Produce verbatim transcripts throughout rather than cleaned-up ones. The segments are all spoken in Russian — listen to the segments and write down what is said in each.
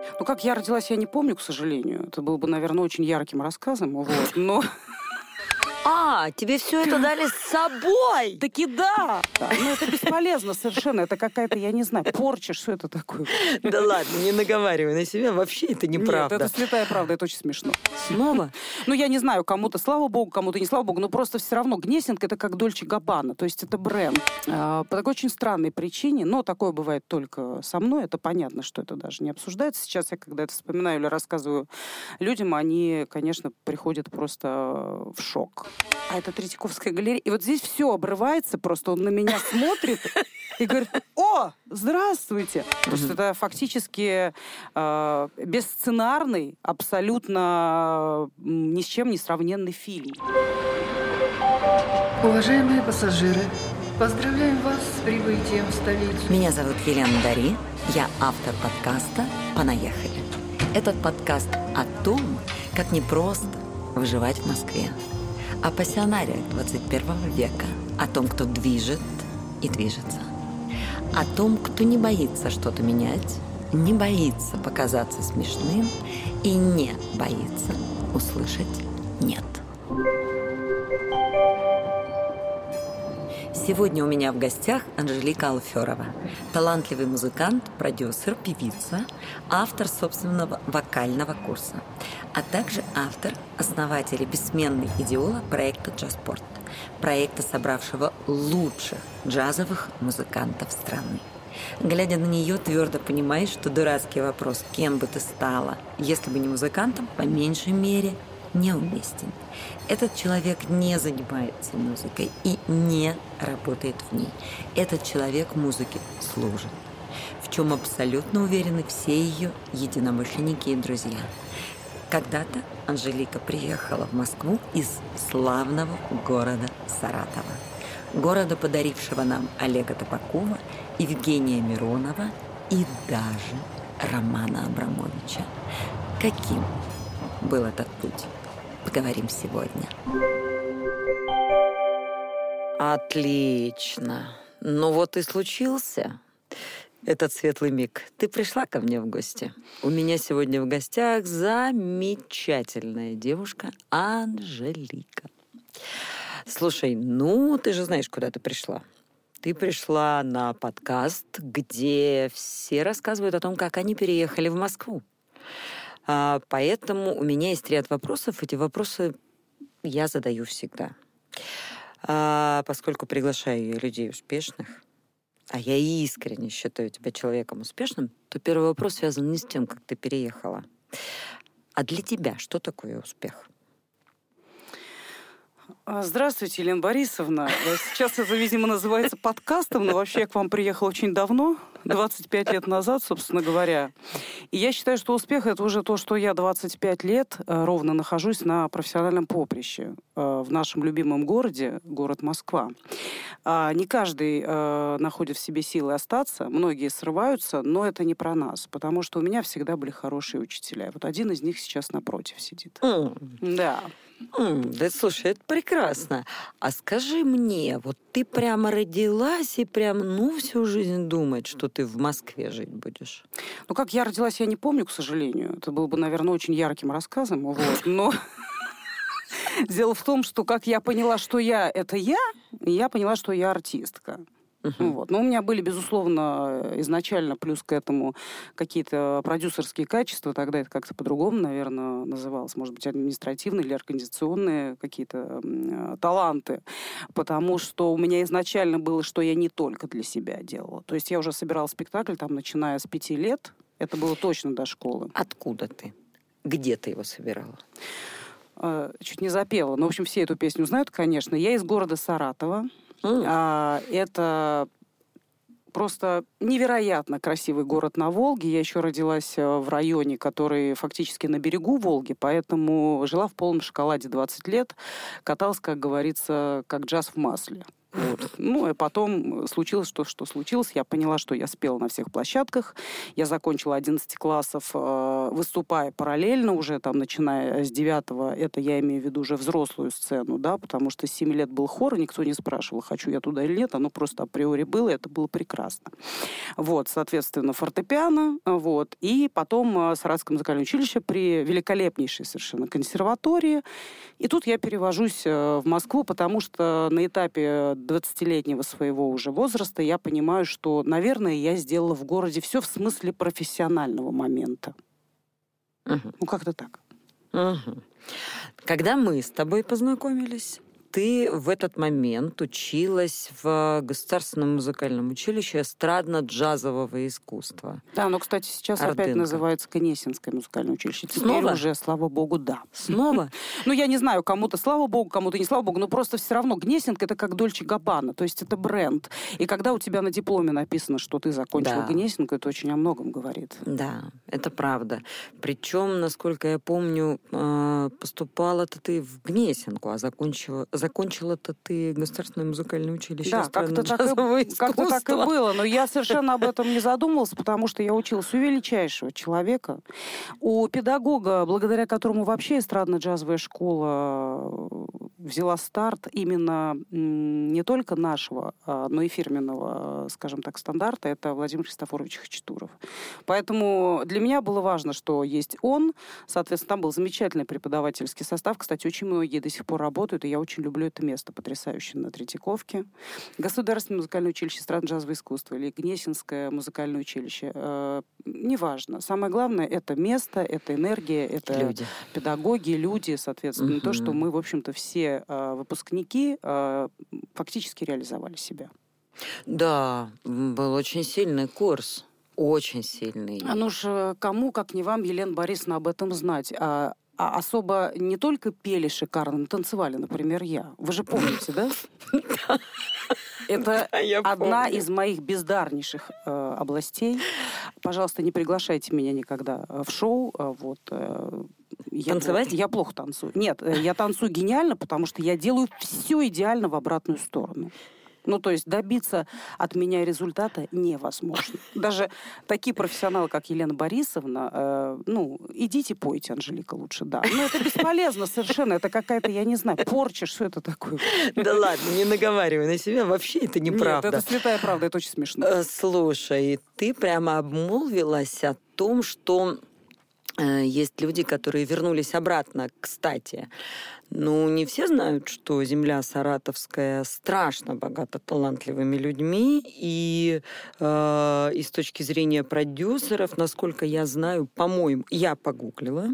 Ну, как я родилась, я не помню, к сожалению. Это был бы, наверное, очень ярким рассказом, вот, но... А, тебе все это дали с собой? Таки да! да. Ну, это бесполезно совершенно. Это какая-то, я не знаю, порча, что это такое? Да ладно, не наговаривай на себя. Вообще это неправда. Нет, это святая правда, это очень смешно. Снова? Ну, я не знаю, кому-то слава богу, кому-то не слава богу, но просто все равно Гнесинг — это как Дольче Габбана, то есть это бренд. А, по такой очень странной причине, но такое бывает только со мной, это понятно, что это даже не обсуждается. Сейчас я, когда это вспоминаю или рассказываю людям, они, конечно, приходят просто в шок. А это Третьяковская галерея. И вот здесь все обрывается, просто он на меня смотрит и говорит: о, здравствуйте! То есть это фактически э, бесценарный, абсолютно э, ни с чем не сравненный фильм. Уважаемые пассажиры, поздравляем вас с прибытием в столицу. Меня зовут Елена Дари, я автор подкаста «Понаехали». Этот подкаст о том, как непросто выживать в Москве, о пассионариях двадцать первого века, о том, кто движет и движется, о том, кто не боится что-то менять, не боится показаться смешным и не боится услышать «нет». Сегодня у меня в гостях Анжелика Алферова, талантливый музыкант, продюсер, певица, автор собственного вокального курса, а также автор, основатель и бессменный идеолог проекта «Джазпорт», проекта, собравшего лучших джазовых музыкантов страны. Глядя на нее, твердо понимаешь, что дурацкий вопрос «кем бы ты стала, если бы не музыкантом?» по меньшей мере неуместен. Этот человек не занимается музыкой и не работает в ней. Этот человек музыке служит, в чем абсолютно уверены все ее единомышленники и друзья. Когда-то Анжелика приехала в Москву из славного города Саратова, города, подарившего нам Олега Табакова, Евгения Миронова и даже Романа Абрамовича. Каким был этот путь? Поговорим сегодня. Отлично. Ну вот и случился этот светлый миг. Ты пришла ко мне в гости. У меня сегодня в гостях замечательная девушка Анжелика. Слушай, ну ты же знаешь, куда ты пришла. Ты пришла на подкаст, где все рассказывают о том, как они переехали в Москву. А, поэтому у меня есть ряд вопросов. Эти вопросы я задаю всегда. А, поскольку приглашаю я людей успешных, а я искренне считаю тебя человеком успешным, то первый вопрос связан не с тем, как ты переехала. А для тебя что такое успех? Здравствуйте, Елена Борисовна. Сейчас это, видимо, называется подкастом, но вообще я к вам приехала очень давно, двадцать пять лет назад, собственно говоря. И я считаю, что успех — это уже то, что я двадцать пять лет ровно нахожусь на профессиональном поприще в нашем любимом городе, город Москва. Не каждый находит в себе силы остаться, многие срываются, но это не про нас, потому что у меня всегда были хорошие учителя. Вот один из них сейчас напротив сидит. Mm. Да. Mm, да, слушай, это прекрасно. А скажи мне, вот ты прямо родилась и прям, ну, всю жизнь думать, что ты в Москве жить будешь? Ну, как я родилась, я не помню, к сожалению. Это был бы, наверное, очень ярким рассказом, вот, но... Дело в том, что как я поняла, что я — это я, я поняла, что я артистка. Uh-huh. Вот. Но у меня были, безусловно, изначально плюс к этому какие-то продюсерские качества. Тогда это как-то по-другому, наверное, называлось. Может быть, административные или организационные какие-то э, таланты. Потому что у меня изначально было, что я не только для себя делала. То есть я уже собирала спектакль, там, начиная с пяти лет. Это было точно до школы. Откуда ты? Где ты его собирала? Э, чуть не запела. Но, в общем, все эту песню знают, конечно. Я из города Саратова. А, это просто невероятно красивый город на Волге. Я еще родилась в районе, который фактически на берегу Волги, поэтому жила в полном шоколаде двадцать лет. Каталась, как говорится, как джаз в масле. Вот. Ну, и потом случилось то, что случилось. Я поняла, что я спела на всех площадках. Я закончила одиннадцать классов, э, выступая параллельно уже, там, начиная с девятого. Это я имею в виду уже взрослую сцену, да, потому что с семи лет был хор, и никто не спрашивал, хочу я туда или нет. Оно просто априори было, и это было прекрасно. Вот, соответственно, фортепиано. Вот. И потом э, Саратовское музыкальное училище при великолепнейшей совершенно консерватории. И тут я перевожусь э, в Москву, потому что на этапе двадцатилетнего своего уже возраста я понимаю, что, наверное, я сделала в городе все в смысле профессионального момента. Угу. Ну, как-то так. Угу. Когда мы с тобой познакомились, ты в этот момент училась в Государственном музыкальном училище эстрадно-джазового искусства. Да, но, кстати, сейчас Ордынка. Опять называется Гнесинское музыкальное училище. Теперь Снова? уже, слава богу, да. Снова? Ну, я не знаю, кому-то слава богу, кому-то не слава богу, но просто все равно Гнесинка — это как Дольче Габбана, то есть это бренд. И когда у тебя на дипломе написано, что ты закончила Да. Гнесинку, это очень о многом говорит. Да, это правда. Причем, насколько я помню, э, поступала-то ты в Гнесинку, а закончила, закончила-то ты Государственное музыкальное училище Да, как-то так, эстрадно-джазового и, как-то так и искусства. было. Но я совершенно об этом не задумывалась, потому что я училась у величайшего человека, у педагога, благодаря которому вообще эстрадно-джазовая школа взяла старт именно не только нашего, но и фирменного, скажем так, стандарта. Это Владимир Христофорович Хачатуров. Поэтому для меня было важно, что есть он. Соответственно, там был замечательный преподавательский состав. Кстати, очень многие до сих пор работают, и я очень люблю это место, потрясающее, на Третьяковке. Государственное музыкальное училище эстрадно-джазового искусства или Гнесинское музыкальное училище. Э, неважно. Самое главное — это место, это энергия, это Люди. педагоги, люди, соответственно. Угу. То, что мы, в общем-то, все э, выпускники э, фактически реализовали себя. Да, был очень сильный курс. Очень сильный. А ну ж кому, как не вам, Елена Борисовна, об этом знать? А, а особо не только пели шикарно, но танцевали, например, я. Вы же помните, да? Это одна из моих бездарнейших э, областей. Пожалуйста, не приглашайте меня никогда в шоу. Вот, э, я Танцевать? Плохо, я плохо танцую. Нет, я танцую гениально, потому что я делаю все идеально в обратную сторону. Ну, то есть добиться от меня результата невозможно. Даже такие профессионалы, как Елена Борисовна, э, ну, идите пойте, Анжелика, лучше, да. Но это бесполезно совершенно. Это какая-то, я не знаю, порча, что это такое? Да ладно, не наговаривай на себя, вообще это неправда. Нет, это святая правда, это очень смешно. Слушай, ты прямо обмолвилась о том, что есть люди, которые вернулись обратно, кстати. Ну, не все знают, что земля саратовская страшно богата талантливыми людьми. И, э, и с точки зрения продюсеров, насколько я знаю, по-моему, я погуглила.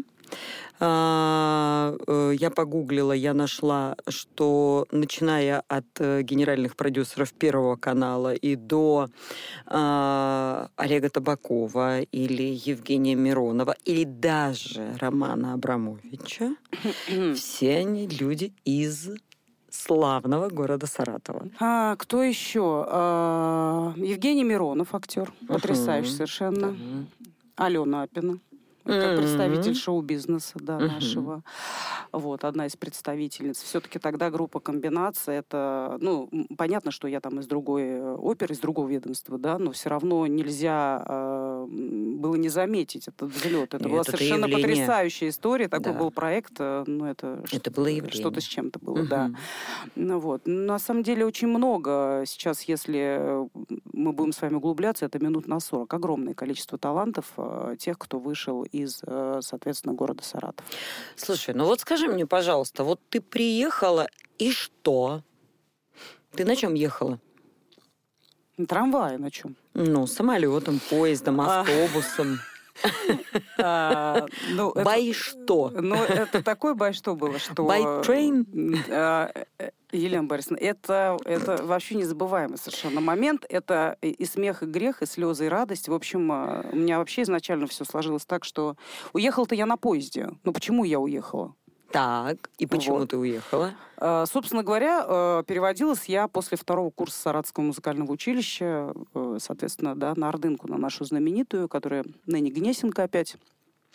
Я погуглила, я нашла, что начиная от генеральных продюсеров Первого канала и до э, Олега Табакова или Евгения Миронова, или даже Романа Абрамовича, все они люди из славного города Саратова. А, кто еще? А, Евгений Миронов, актер, потрясающий uh-huh. совершенно. Uh-huh. Алена Апина. Как mm-hmm. представитель шоу-бизнеса, да, mm-hmm. нашего. Вот, одна из представительниц. Все-таки тогда группа «Комбинация» это... Ну, понятно, что я там из другой оперы, из другого ведомства, да, но все равно нельзя э, было не заметить этот взлет. Это и была это совершенно явление. Потрясающая история. Такой да. был проект. Ну, это это было явление. Что-то с чем-то было, mm-hmm. да. Ну, вот. На самом деле очень много. Сейчас, если мы будем с вами углубляться, это минут на сорок. Огромное количество талантов, тех, кто вышел из, соответственно, города Саратов. Слушай, ну вот скажи мне, пожалуйста, вот ты приехала, и что? Ты на чем ехала? На трамвае на чем? Ну, самолетом, поездом, автобусом. By что? Ну, это такой by что было, что... By train? Елена Борисовна, это, это вообще незабываемый совершенно момент. Это и смех, и грех, и слезы, и радость. В общем, у меня вообще изначально все сложилось так, что уехала-то я на поезде. Ну, почему я уехала? Так, и почему вот. Ты уехала? А, собственно говоря, переводилась я после второго курса Саратовского музыкального училища, соответственно, да, на Ордынку, на нашу знаменитую, которая ныне Гнесинка опять.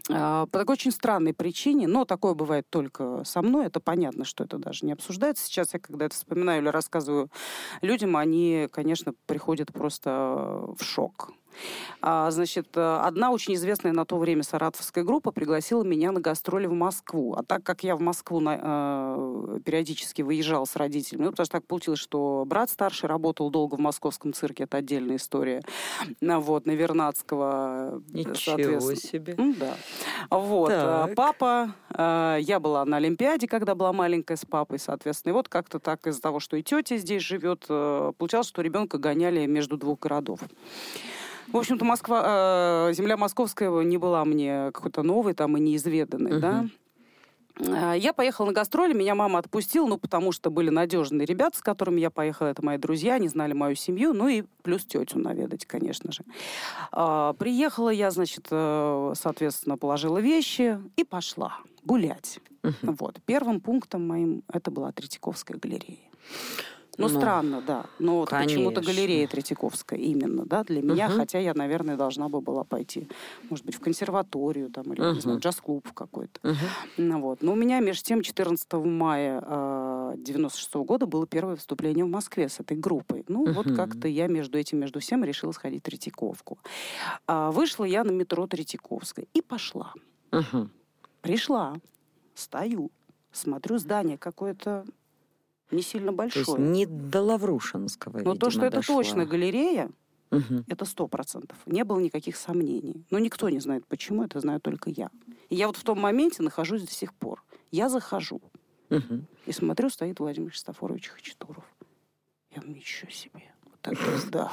По такой очень странной причине, но такое бывает только со мной, это понятно, что это даже не обсуждается. Сейчас я, когда это вспоминаю или рассказываю людям, они, конечно, приходят просто в шок. А, значит, одна очень известная на то время саратовская группа пригласила меня на гастроли в Москву. А так как я в Москву на, э, периодически выезжала с родителями, ну, потому что так получилось, что брат старший работал долго в московском цирке, это отдельная история, вот, на Вернадского. Ничего себе. Ну, да. Вот. Так. Папа, э, я была на Олимпиаде, когда была маленькая с папой, соответственно. И вот как-то так из-за того, что и тетя здесь живет, э, получалось, что ребенка гоняли между двух городов. В общем-то, Москва, э, земля московская не была мне какой-то новой там и неизведанной, uh-huh. да. Я поехала на гастроли, меня мама отпустила, ну, потому что были надежные ребята, с которыми я поехала, это мои друзья, они знали мою семью, ну, и плюс тетю наведать, конечно же. А, приехала я, значит, соответственно, положила вещи и пошла гулять. Uh-huh. Вот. Первым пунктом моим это была Третьяковская галерея. Ну, ну, странно, да. Но вот почему-то галерея Третьяковская именно, да, для меня, uh-huh. хотя я, наверное, должна бы была пойти, может быть, в консерваторию там, или, uh-huh. не знаю, джаз-клуб какой-то. Uh-huh. Ну, вот. Но у меня, между тем, четырнадцатого мая девяносто шестого года было первое выступление в Москве с этой группой. Ну, uh-huh. вот как-то я между этим, между всем решила сходить в Третьяковку. А, вышла я на метро Третьяковская и пошла. Uh-huh. Пришла, стою, смотрю, здание какое-то не сильно большое. То есть не до Лаврушинского, но видимо, то, что это дошла. точно галерея, угу. это сто процентов. Не было никаких сомнений. Но никто не знает, почему, это знаю только я. И я вот в том моменте нахожусь до сих пор. Я захожу угу. и смотрю, стоит Владимир Христофорович Хачатуров. Я думаю, ничего себе. Вот так да.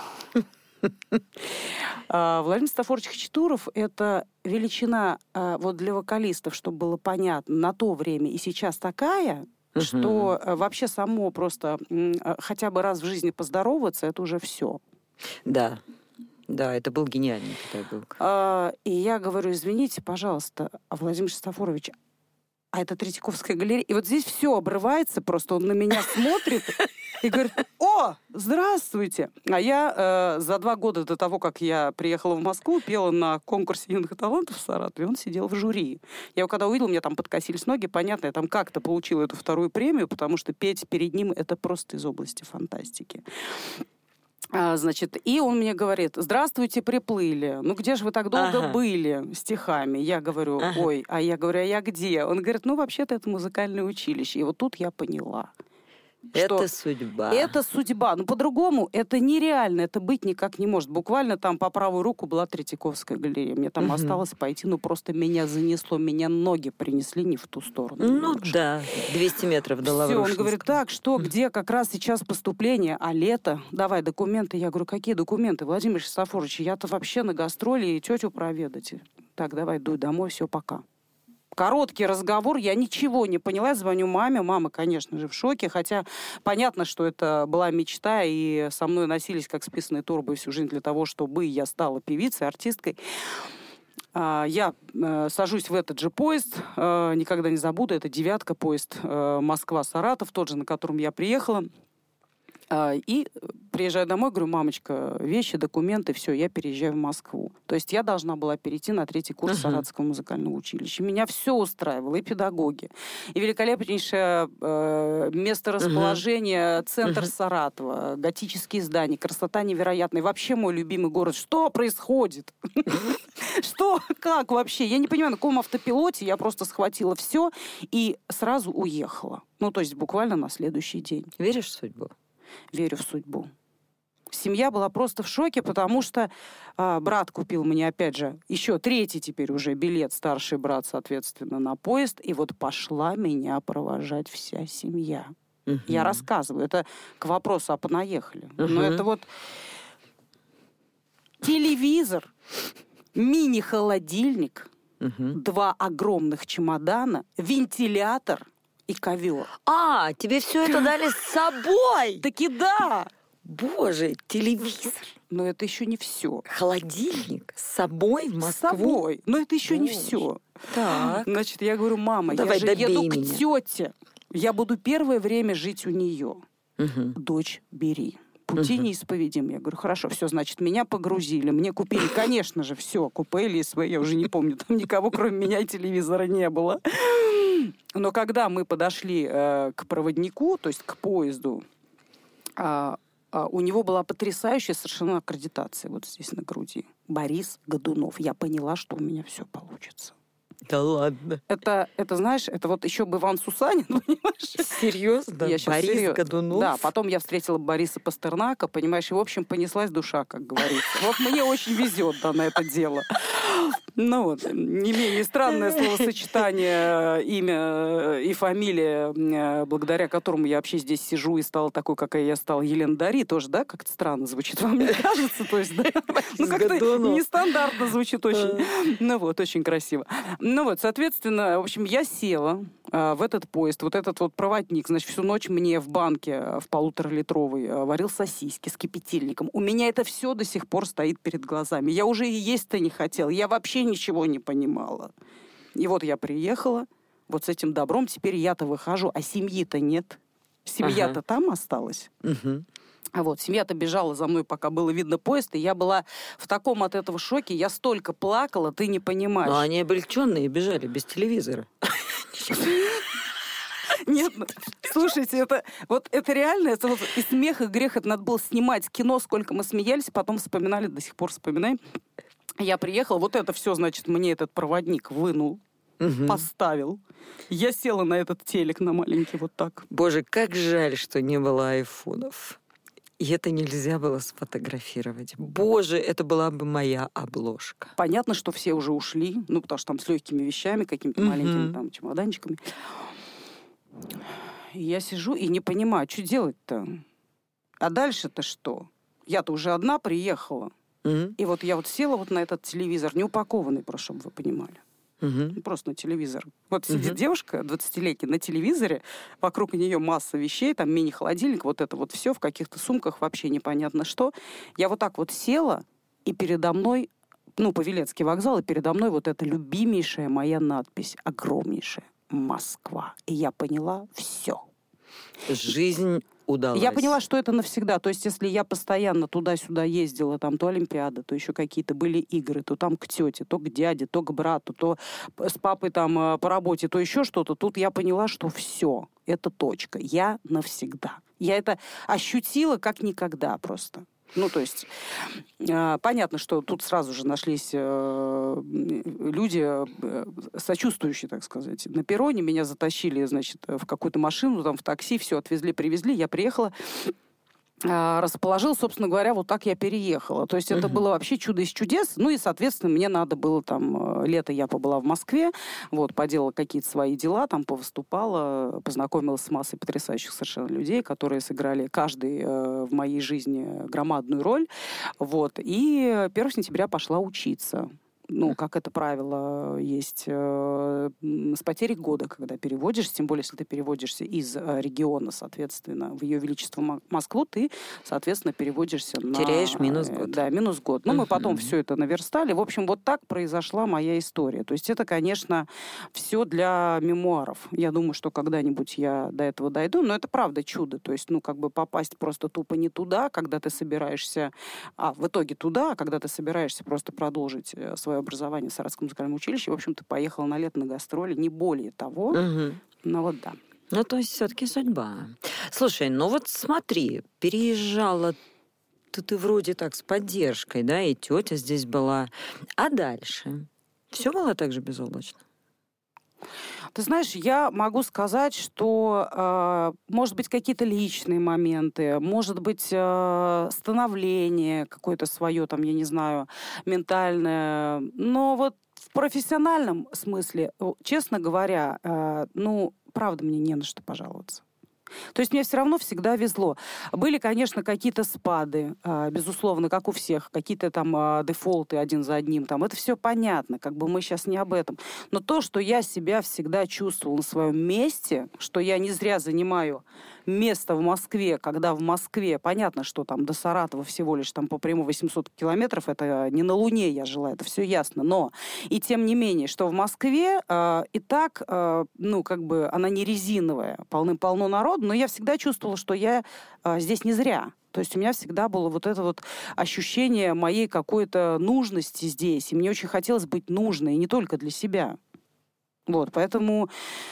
Владимир Христофорович Хачатуров — это величина вот для вокалистов, чтобы было понятно, на то время и сейчас такая, что uh-huh. вообще само просто хотя бы раз в жизни поздороваться, это уже все. Да, да, это был гениальный педагог. А, и я говорю, извините, пожалуйста, Владимир Христофорович, а это Третьяковская галерея? И вот здесь все обрывается, просто он на меня смотрит и говорит, о, здравствуйте! А я э, за два года до того, как я приехала в Москву, пела на конкурсе юных талантов в Саратове, он сидел в жюри. Я его когда увидела, у меня там подкосились ноги, понятно, я там как-то получила эту вторую премию, потому что петь перед ним — это просто из области фантастики. А, значит, и он мне говорит, здравствуйте, приплыли. Ну, где же вы так долго ага. были стихами? Я говорю, ага. ой, а я говорю, а я где? Он говорит, ну, вообще-то это музыкальное училище. И вот тут я поняла. Это судьба. Это судьба. Но по-другому это нереально. Это быть никак не может. Буквально там по правую руку была Третьяковская галерея. Мне там угу. осталось пойти, ну просто меня занесло, меня ноги принесли не в ту сторону. Ну немножко. Да, двести метров до Лаврушинского. Все, он говорит, так, что, где как раз сейчас поступление, а лето? Давай документы. Я говорю, какие документы? Владимир Христофорович, я-то вообще на гастроли и тетю проведать. Так, давай, дуй домой, все, пока. Короткий разговор, я ничего не поняла, я звоню маме, мама, конечно же, в шоке, хотя понятно, что это была мечта, и со мной носились как с писаной торбой всю жизнь для того, чтобы я стала певицей, артисткой. Я сажусь в этот же поезд, никогда не забуду, это девятка, поезд Москва-Саратов, тот же, на котором я приехала. И приезжаю домой, говорю, мамочка, вещи, документы, все, я переезжаю в Москву. То есть я должна была перейти на третий курс uh-huh. Саратовского музыкального училища. Меня все устраивало, и педагоги, и великолепнейшее э, место расположения, uh-huh. центр uh-huh. Саратова, готические здания, красота невероятная. Вообще мой любимый город. Что происходит? Что? Как вообще? Я не понимаю, на каком автопилоте я просто схватила все и сразу уехала. Ну, то есть буквально на следующий день. Веришь в судьбу? Верю в судьбу. Семья была просто в шоке, потому что а, брат купил мне, опять же, еще третий теперь уже билет, старший брат, соответственно, на поезд, и вот пошла меня провожать вся семья. Uh-huh. Я рассказываю. Это к вопросу, а понаехали. Uh-huh. Но это вот телевизор, мини-холодильник, uh-huh. два огромных чемодана, вентилятор и ковер. А, тебе все это дали с собой? Таки да. Боже, телевизор. Но это еще не все. Холодильник с собой в Москву? С собой. Но это еще Боже. Не все. Так. Значит, я говорю, мама, Давай, я же еду меня. К тете. Я буду первое время жить у нее. Угу. Дочь, бери. пути Мгм. неисповедимы. Я говорю, хорошо, все, значит, меня погрузили, мне купили, конечно же, все, купе или СВ, я уже не помню, там никого, кроме меня, и телевизора не было. Но когда мы подошли э, к проводнику, то есть к поезду, а, а, у него была потрясающая совершенно аккредитация вот здесь на груди. Борис Годунов. Я поняла, что у меня все получится. Да ладно. Это, это, знаешь, это вот еще бы Иван Сусанин, понимаешь? Серьезно? Я щас Борис серьёзно. Годунов? Да, потом я встретила Бориса Пастернака, понимаешь, и, в общем, понеслась душа, как говорится. Вот мне очень везет, да, на это дело. Ну вот, не менее странное словосочетание, имя и фамилия, благодаря которому я вообще здесь сижу и стала такой, какая я стала, Елена Дари, тоже, да, как-то странно звучит, вам не кажется? То есть, да, ну как-то Годунов. нестандартно звучит очень. Ну вот, очень красиво. Ну вот, соответственно, в общем, я села э, в этот поезд, вот этот вот проводник, значит, всю ночь мне в банке, э, в полуторалитровой, э, варил сосиски с кипятильником. У меня это все до сих пор стоит перед глазами. Я уже и есть-то не хотела, я вообще ничего не понимала. И вот я приехала, вот с этим добром, теперь я-то выхожу, а семьи-то нет. Семья-то Ага. там осталась. Мгм. А вот семья-то бежала за мной, пока было видно поезд, и я была в таком от этого шоке, я столько плакала, ты не понимаешь. Но они облегченные бежали без телевизора. Нет, ну, слушайте, это вот это реально, это вот и смех, и грех, это надо было снимать кино, сколько мы смеялись, потом вспоминали, до сих пор вспоминаем. Я приехала, вот это все, значит, мне этот проводник вынул, Мгм. поставил. Я села на этот телек, на маленький, вот так. Боже, как жаль, что не было айфонов. И это нельзя было сфотографировать. Боже, это была бы моя обложка. Понятно, что все уже ушли, ну, потому что там с легкими вещами, какими-то Мгм. маленькими там чемоданчиками. И я сижу и не понимаю, что делать-то? А дальше-то что? Я-то уже одна приехала. Мгм. И вот я вот села вот на этот телевизор, не упакованный, просто чтобы вы понимали. Мгм. Ну, просто на телевизор. Вот сидит Мгм. девушка двадцатилетняя на телевизоре, вокруг нее масса вещей, там мини-холодильник, вот это вот все в каких-то сумках, вообще непонятно что. Я вот так вот села, и передо мной, ну, Павелецкий вокзал, и передо мной вот эта любимейшая моя надпись, огромнейшая, Москва. И я поняла все. Жизнь удалась. Я поняла, что это навсегда. То есть, если я постоянно туда-сюда ездила, там то Олимпиада, то еще какие-то были игры, то там к тете, то к дяде, то к брату, то с папой там э, по работе, то еще что-то, тут я поняла, что все, это точка. Я навсегда. Я это ощутила как никогда просто. Ну, то есть, э, понятно, что тут сразу же нашлись э, люди, э, сочувствующие, так сказать. На перроне меня затащили, значит, в какую-то машину, там, в такси, все отвезли, привезли. Я приехала, э, расположил, собственно говоря, вот так я переехала. То есть это Мгм. было вообще чудо из чудес. Ну и, соответственно, мне надо было там... э, Лето я побыла в Москве, вот, поделала какие-то свои дела, там повыступала, познакомилась с массой потрясающих совершенно людей, которые сыграли каждый э, в моей жизни громадную роль. Вот. И первого сентября пошла учиться. Ну, как это правило есть э, м, с потерей года, когда переводишься, тем более, если ты переводишься из э, региона, соответственно, в Ее Величество Мо- Москву, ты, соответственно, переводишься на... Теряешь минус э, год. Да, минус год. Но мы потом Мгм. все это наверстали. В общем, вот так произошла моя история. То есть это, конечно, все для мемуаров. Я думаю, что когда-нибудь я до этого дойду, но это правда чудо. То есть, ну, как бы попасть просто тупо не туда, когда ты собираешься... А, в итоге туда, а когда ты собираешься просто продолжить э, свое образование в Саратовском музыкальном училище, в общем, ты поехала на лето на гастроли, не более того. Мгм. Но вот да. Ну, то есть все-таки судьба. Слушай, ну вот смотри, переезжала ты, ты вроде так с поддержкой, да, и тетя здесь была. А дальше? Все было так же безоблачно? Ты знаешь, я могу сказать, что, э, может быть, какие-то личные моменты, может быть, э, становление какое-то свое, там, я не знаю, ментальное. Но вот в профессиональном смысле, э, честно говоря, э, ну, правда, мне не на что пожаловаться. То есть мне все равно всегда везло. Были, конечно, какие-то спады, а, безусловно, как у всех, какие-то там а, дефолты один за одним. Там. Это все понятно, как бы мы сейчас не об этом. Но то, что я себя всегда чувствовала на своем месте, что я не зря занимаю место в Москве, когда в Москве, понятно, что там до Саратова всего лишь там по прямой восемьсот километров, это не на Луне я жила, это все ясно, но и тем не менее, что в Москве э, и так, э, ну, как бы она не резиновая, полным-полно народу, но я всегда чувствовала, что я э, здесь не зря. То есть у меня всегда было вот это вот ощущение моей какой-то нужности здесь. И мне очень хотелось быть нужной, и не только для себя. Вот, поэтому,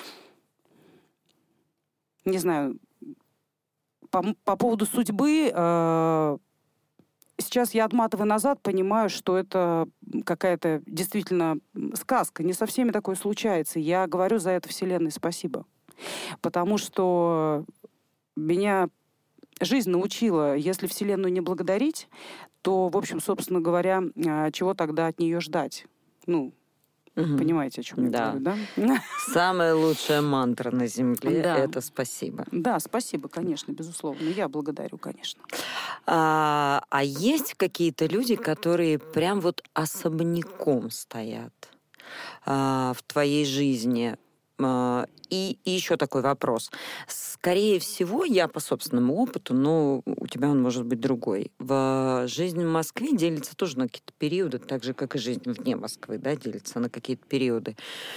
не знаю, по, по поводу судьбы, э, сейчас я отматываю назад, понимаю, что это какая-то действительно сказка. Не со всеми такое случается. Я говорю за это Вселенной спасибо. Потому что меня... Жизнь научила, если Вселенную не благодарить, то, в общем, собственно говоря, чего тогда от нее ждать? Ну, угу. Понимаете, о чем да. я говорю, да? Самая лучшая мантра на Земле да. — это спасибо. Да, спасибо, конечно, безусловно. Я благодарю, конечно. А, а есть какие-то люди, которые прям вот особняком стоят а, в твоей жизни? И, и еще такой вопрос. Скорее всего, я по собственному опыту, но у тебя он может быть другой. В жизнь в Москве делится тоже на какие-то периоды, так же, как и жизнь вне Москвы, да, делится на какие-то периоды.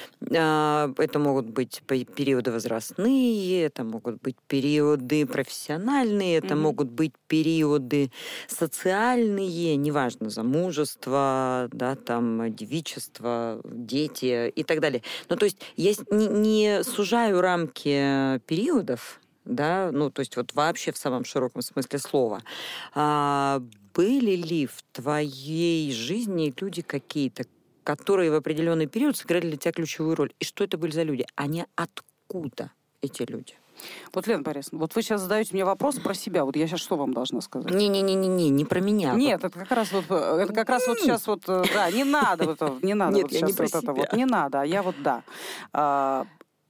Это могут быть периоды возрастные, это могут быть периоды профессиональные, это mm-hmm. могут быть периоды социальные, неважно, замужество, да, там, девичество, дети и так далее. Ну, то есть я не, не сужаю рамки периодов, да, ну, то есть вот вообще в самом широком смысле слова. А, были ли в твоей жизни люди какие-то, которые в определенный период сыграли для тебя ключевую роль? И что это были за люди? Они откуда, эти люди? Вот, Лена Борисовна, вот вы сейчас задаете мне вопрос про себя. Вот я сейчас что вам должна сказать? Не-не-не-не, не про меня. Нет, это как раз вот, это как раз вот сейчас вот, да, не надо вот, не надо Нет, вот я сейчас не про вот это себя. вот, не надо, а я вот, да. А,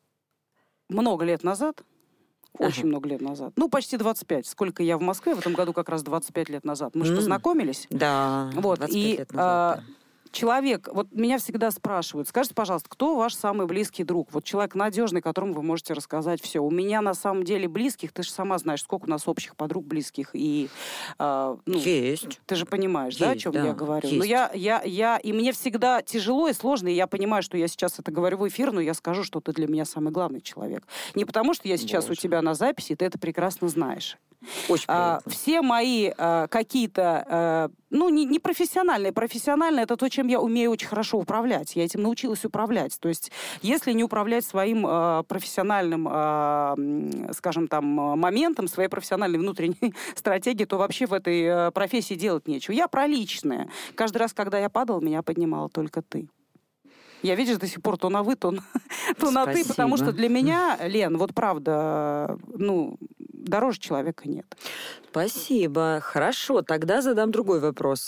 много лет назад, очень ага. много лет назад, ну, почти двадцать пять, сколько я в Москве, в этом году как раз двадцать пять лет назад, мы же mm. познакомились. Да, вот, двадцать пять и, лет назад, а, да. Человек, вот меня всегда спрашивают, скажите, пожалуйста, кто ваш самый близкий друг? Вот человек надежный, которому вы можете рассказать все. У меня на самом деле близких, ты же сама знаешь, сколько у нас общих подруг близких. И, э, ну, есть. Ты же понимаешь, есть, да, о чем да, я говорю? есть. Но я, я, я, и мне всегда тяжело и сложно, и я понимаю, что я сейчас это говорю в эфир, но я скажу, что ты для меня самый главный человек. Не потому, что я сейчас Боже. У тебя на записи, ты это прекрасно знаешь. Очень а, все мои а, какие-то, а, ну, не, не профессиональные. Профессиональные — это то, чем я умею очень хорошо управлять. Я этим научилась управлять. То есть, если не управлять своим а, профессиональным, а, скажем там, моментом, своей профессиональной внутренней стратегией, то вообще в этой а, профессии делать нечего. Я про личное. Каждый раз, когда я падала, меня поднимала только ты. Я, видишь, до сих пор то на вы, то на, то на ты, потому что для меня, Лен, вот правда, ну, дороже человека нет. Спасибо. Хорошо, тогда задам другой вопрос.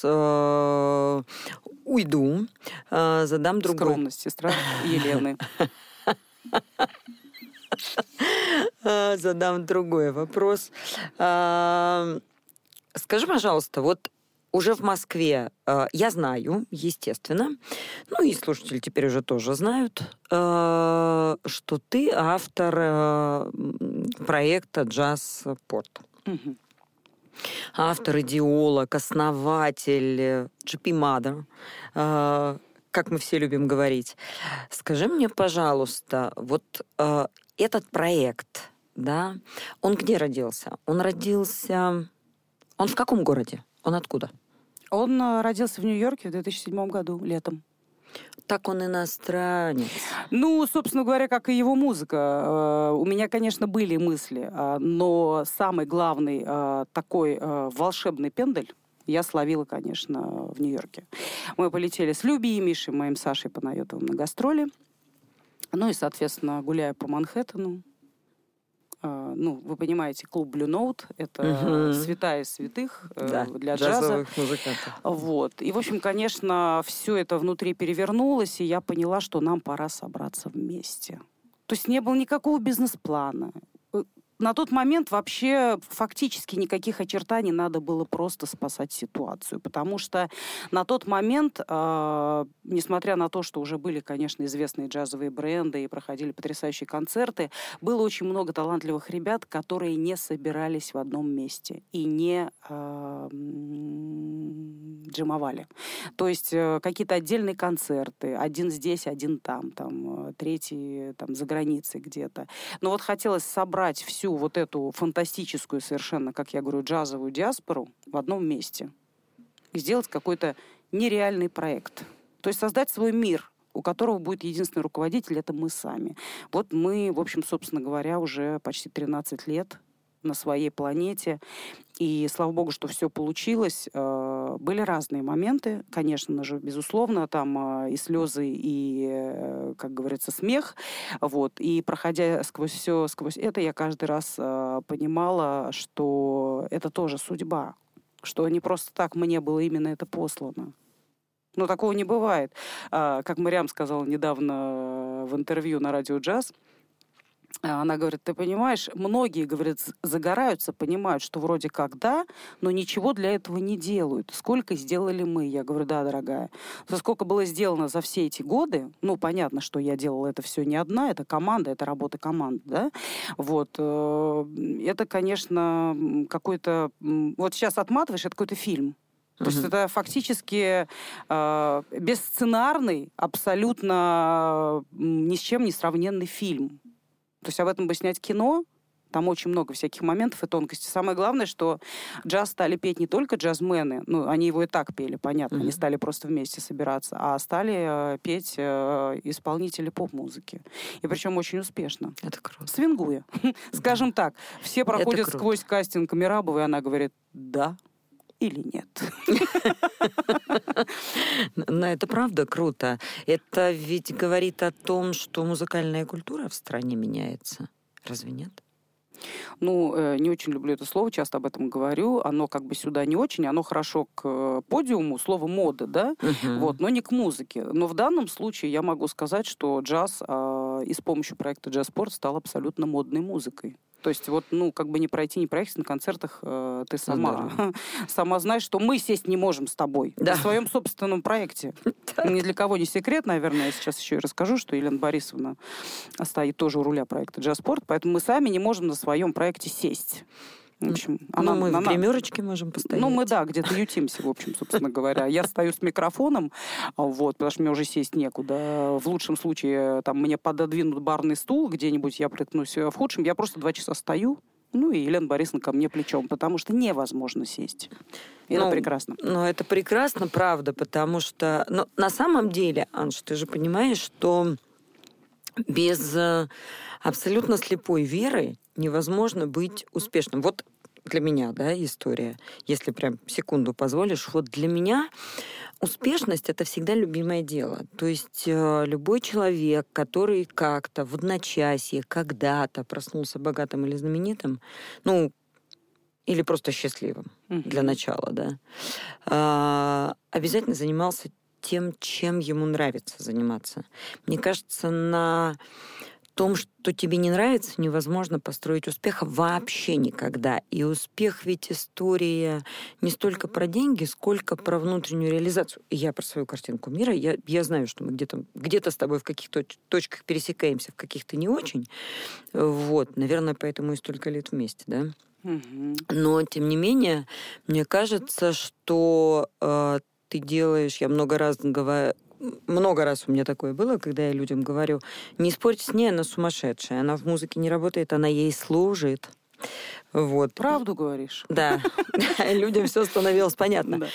Уйду, задам другой. Скромность, сестра Елены. Задам другой вопрос. Скажи, пожалуйста, вот уже в Москве э, я знаю, естественно, ну и слушатели теперь уже тоже знают, э, что ты автор э, проекта «Джаз-порт». Угу. Автор, идеолог, основатель, джи пи Mother, э, как мы все любим говорить. Скажи мне, пожалуйста, вот э, этот проект, да, он где родился? Он родился... Он в каком городе? Он откуда? Он родился в Нью-Йорке в две тысячи седьмом году, летом. Так он иностранец. Ну, собственно говоря, как и его музыка. У меня, конечно, были мысли, но самый главный такой волшебный пендель я словила, конечно, в Нью-Йорке. Мы полетели с Любей и Мишей, моим Сашей Панайотовым, на гастроли. Ну и, соответственно, гуляя по Манхэттену, Uh, ну, вы понимаете, клуб Blue Note — это uh-huh. святая святых да, uh, для джаза. Музыкантов. Вот. И, в общем, конечно, все это внутри перевернулось, и я поняла, что нам пора собраться вместе. То есть не было никакого бизнес-плана. на тот момент вообще фактически никаких очертаний, надо было просто спасать ситуацию, потому что на тот момент, э, несмотря на то, что уже были, конечно, известные джазовые бренды и проходили потрясающие концерты, было очень много талантливых ребят, которые не собирались в одном месте и не э, джемовали. То есть э, какие-то отдельные концерты, один здесь, один там, там третий там, за границей где-то. Но вот хотелось собрать всю вот эту фантастическую совершенно, как я говорю, джазовую диаспору в одном месте и сделать какой-то нереальный проект. То есть создать свой мир, у которого будет единственный руководитель, это мы сами. Вот мы, в общем, собственно говоря, уже почти тринадцать лет на своей планете. И слава богу, что все получилось. Были разные моменты, конечно же, безусловно, там и слезы, и, как говорится, смех. Вот. И проходя сквозь все, сквозь это, я каждый раз понимала, что это тоже судьба, что не просто так мне было именно это послано. Но такого не бывает. Как Мариам сказала недавно в интервью на радио «Джаз», она говорит, ты понимаешь, многие, говорит, загораются, понимают, что вроде как да, но ничего для этого не делают. Сколько сделали мы? Я говорю, да, дорогая. За сколько было сделано за все эти годы, ну, понятно, что я делала это все не одна, это команда, это работа команды, да, вот, это, конечно, какой-то, вот сейчас отматываешь, это какой-то фильм. То uh-huh. есть это фактически э, бессценарный, абсолютно э, ни с чем не сравненный фильм. То есть об этом бы снять кино, там очень много всяких моментов и тонкостей. Самое главное, что джаз стали петь не только джазмены, ну, они его и так пели, понятно, mm-hmm. они стали просто вместе собираться, а стали э, петь э, исполнители поп-музыки. И причем очень успешно. Это круто. Свингуя. Скажем так, все проходят сквозь кастинг Мирабовой, и она говорит «да» или нет. Но это правда круто. Это ведь говорит о том, что музыкальная культура в стране меняется. Разве нет? Ну, не очень люблю это слово, часто об этом говорю. Оно как бы сюда не очень, оно хорошо к подиуму, слово мода, да, uh-huh. вот, но не к музыке. Но в данном случае я могу сказать, что джаз э, и с помощью проекта «Джазспорт» стал абсолютно модной музыкой. То есть вот, ну, как бы не пройти, не проехать на концертах, э, ты сама, да. сама знаешь, что мы сесть не можем с тобой да. на своем собственном проекте. Ни для кого не секрет, наверное, я сейчас еще и расскажу, что Елена Борисовна стоит тоже у руля проекта «Джазспорт», поэтому мы сами не можем на своем проекте сесть. В общем, ну, она, мы она, в гримерочке можем постоять. Ну, мы, да, где-то ютимся, в общем, собственно говоря. Я стою с микрофоном, вот, потому что мне уже сесть некуда. В лучшем случае, там, мне пододвинут барный стул где-нибудь, я приткнусь. В худшем я просто два часа стою, ну, и Елена Борисовна ко мне плечом, потому что невозможно сесть. И ну, это прекрасно. Ну, это прекрасно, правда, потому что... Ну, на самом деле, Анж, ты же понимаешь, что без абсолютно слепой веры невозможно быть успешным. Вот для меня, да, история, если прям секунду позволишь, вот для меня успешность – это всегда любимое дело. То есть э, любой человек, который как-то в одночасье, когда-то проснулся богатым или знаменитым, ну, или просто счастливым mm-hmm. для начала, да, э, обязательно занимался тем, чем ему нравится заниматься. Мне кажется, на том, что тебе не нравится, невозможно построить успеха вообще никогда. И успех ведь история не столько про деньги, сколько про внутреннюю реализацию. И я про свою картинку мира. Я, я знаю, что мы где-то, где-то с тобой в каких-то точках пересекаемся, в каких-то не очень. Вот. Наверное, поэтому и столько лет вместе, да? Но, тем не менее, мне кажется, что э, ты делаешь... Я много раз говорю... Много раз у меня такое было, когда я людям говорю, не спорьте с ней, она сумасшедшая, она в музыке не работает, она ей служит. Вот. Правду говоришь? Да. Людям все становилось понятно.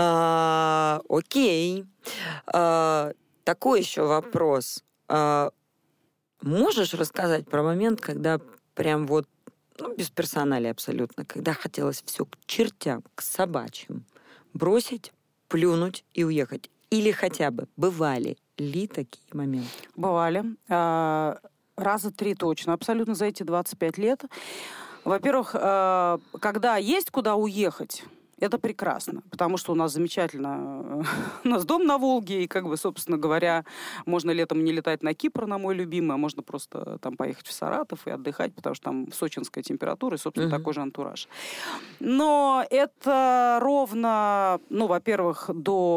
Окей. Такой еще вопрос. Можешь рассказать про момент, когда прям вот, ну, без персоналии абсолютно, когда хотелось все к чертям, к собачьим, бросить, плюнуть и уехать? Или хотя бы бывали ли такие моменты? Бывали. Раза три точно. Абсолютно за эти двадцать пять лет. Во-первых, когда есть куда уехать, Это прекрасно, потому что у нас замечательно, у нас дом на Волге, и, как бы, собственно говоря, можно летом не летать на Кипр, на мой любимый, а можно просто там поехать в Саратов и отдыхать, потому что там сочинская температура и, собственно, uh-huh. такой же антураж. Но это ровно, ну, во-первых,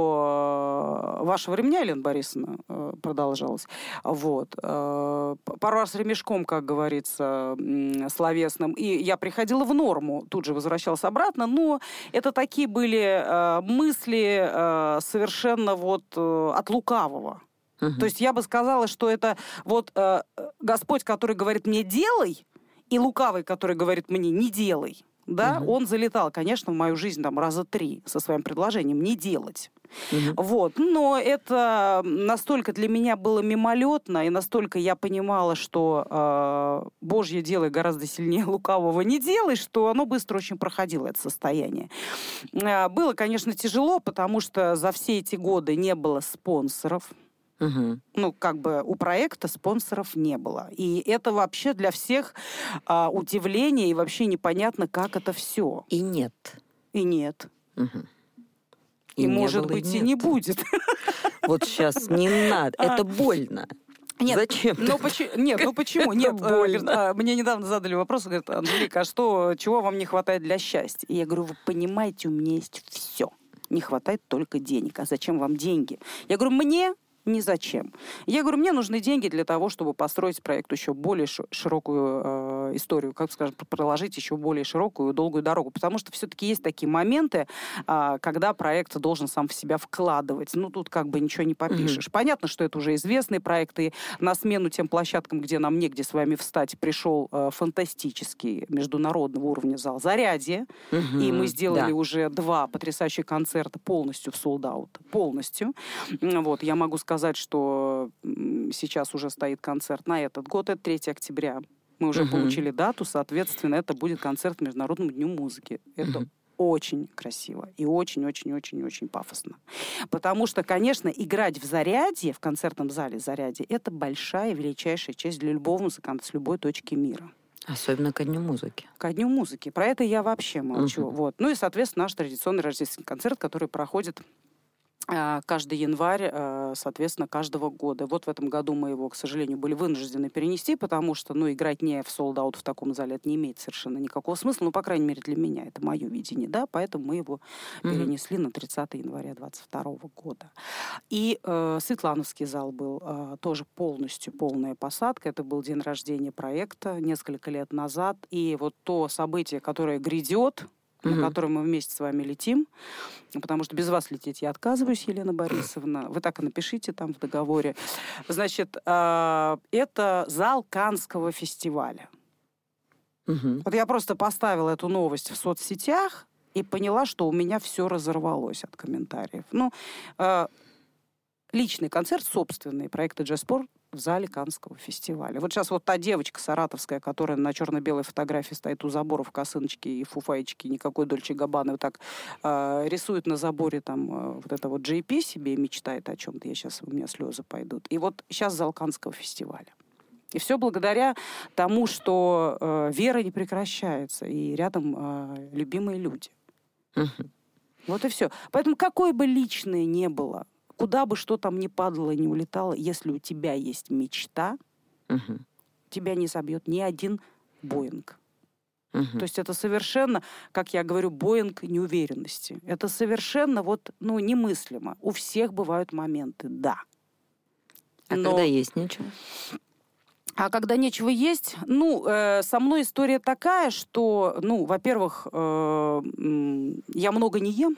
до вашего ремня, Елена Борисовна, продолжалось. Вот. Пару раз ремешком, как говорится, словесным, и я приходила в норму, тут же возвращалась обратно, но это такие были э, мысли э, совершенно вот э, от лукавого. Uh-huh. То есть я бы сказала, что это вот э, Господь, который говорит мне «делай», и лукавый, который говорит мне «не делай», да, uh-huh. он залетал, конечно, в мою жизнь там раза три со своим предложением «не делать». Uh-huh. Вот. Но это настолько для меня было мимолетно, и настолько я понимала, что э, Божье дело гораздо сильнее лукавого не делай, что оно быстро очень проходило, это состояние. Э, было, конечно, тяжело, потому что за все эти годы не было спонсоров. Uh-huh. Ну, как бы у проекта спонсоров не было. И это вообще для всех э, удивление, и вообще непонятно, как это все. И нет. И нет. Uh-huh. И, и может было, быть, и, и не будет. Вот сейчас не надо. Это больно. Нет, зачем? Ну, почему? Нет, ну почему? Нет, говорит, а, мне недавно задали вопрос, говорят, Анжелика, а что, чего вам не хватает для счастья? И я говорю, вы понимаете, у меня есть все. Не хватает только денег. А зачем вам деньги? Я говорю, мне ни зачем. Я говорю, мне нужны деньги для того, чтобы построить проект еще более широкую э, историю, как скажем, проложить еще более широкую, долгую дорогу. Потому что все-таки есть такие моменты, э, когда проект должен сам в себя вкладывать. Ну, тут как бы ничего не попишешь. Mm-hmm. Понятно, что это уже известные проекты. И на смену тем площадкам, где нам негде с вами встать, пришел э, фантастический международного уровня зал «Зарядье». Mm-hmm. И мы сделали да. уже два потрясающих концерта полностью в солд-аут. Полностью. Вот, я могу сказать, сказать, что сейчас уже стоит концерт на этот год, это третьего октября. Мы уже uh-huh. получили дату, соответственно, это будет концерт к Международному дню музыки. Это uh-huh. очень красиво и очень-очень-очень-очень пафосно. Потому что, конечно, играть в «Зарядье», в концертном зале «Зарядье», это большая, величайшая честь для любого музыканта с любой точки мира. Особенно ко Дню музыки. Ко Дню музыки. Про это я вообще молчу. Uh-huh. Вот. Ну и, соответственно, наш традиционный рождественский концерт, который проходит каждый январь, соответственно, каждого года. Вот в этом году мы его, к сожалению, были вынуждены перенести, потому что, ну, играть не в солд-аут в таком зале, это не имеет совершенно никакого смысла, ну, по крайней мере, для меня, это мое видение, да, поэтому мы его mm-hmm. перенесли на тридцатого января двадцать второго года. И э, Светлановский зал был э, тоже полностью полная посадка, это был день рождения проекта несколько лет назад, и вот то событие, которое грядет, на mm-hmm. котором мы вместе с вами летим, потому что без вас лететь я отказываюсь, Елена Борисовна. Вы так и напишите там в договоре. Значит, э, это зал Каннского фестиваля. Mm-hmm. Вот я просто поставила эту новость в соцсетях и поняла, что у меня все разорвалось от комментариев. Ну, э, личный концерт, собственный, проекта «Джеспорт» в зале Каннского фестиваля. Вот сейчас вот та девочка саратовская, которая на черно-белой фотографии стоит у забора в косыночке и фуфайчике, никакой Дольче Габбаны, вот так э, рисует на заборе там э, вот это вот джей пи себе и мечтает о чем-то. Я сейчас, у меня слезы пойдут. И вот сейчас зал Каннского фестиваля. И все благодаря тому, что э, вера не прекращается, и рядом э, любимые люди. Uh-huh. Вот и все. Поэтому какое бы личное ни было, куда бы что там ни падало, ни улетало, если у тебя есть мечта, uh-huh. тебя не собьет ни один Боинг. Uh-huh. То есть это совершенно, как я говорю, Боинг неуверенности. Это совершенно вот, ну, немыслимо. У всех бывают моменты, да. А Но... когда есть нечего? А когда нечего есть, ну, э, со мной история такая, что, ну, во-первых, э, я много не ем.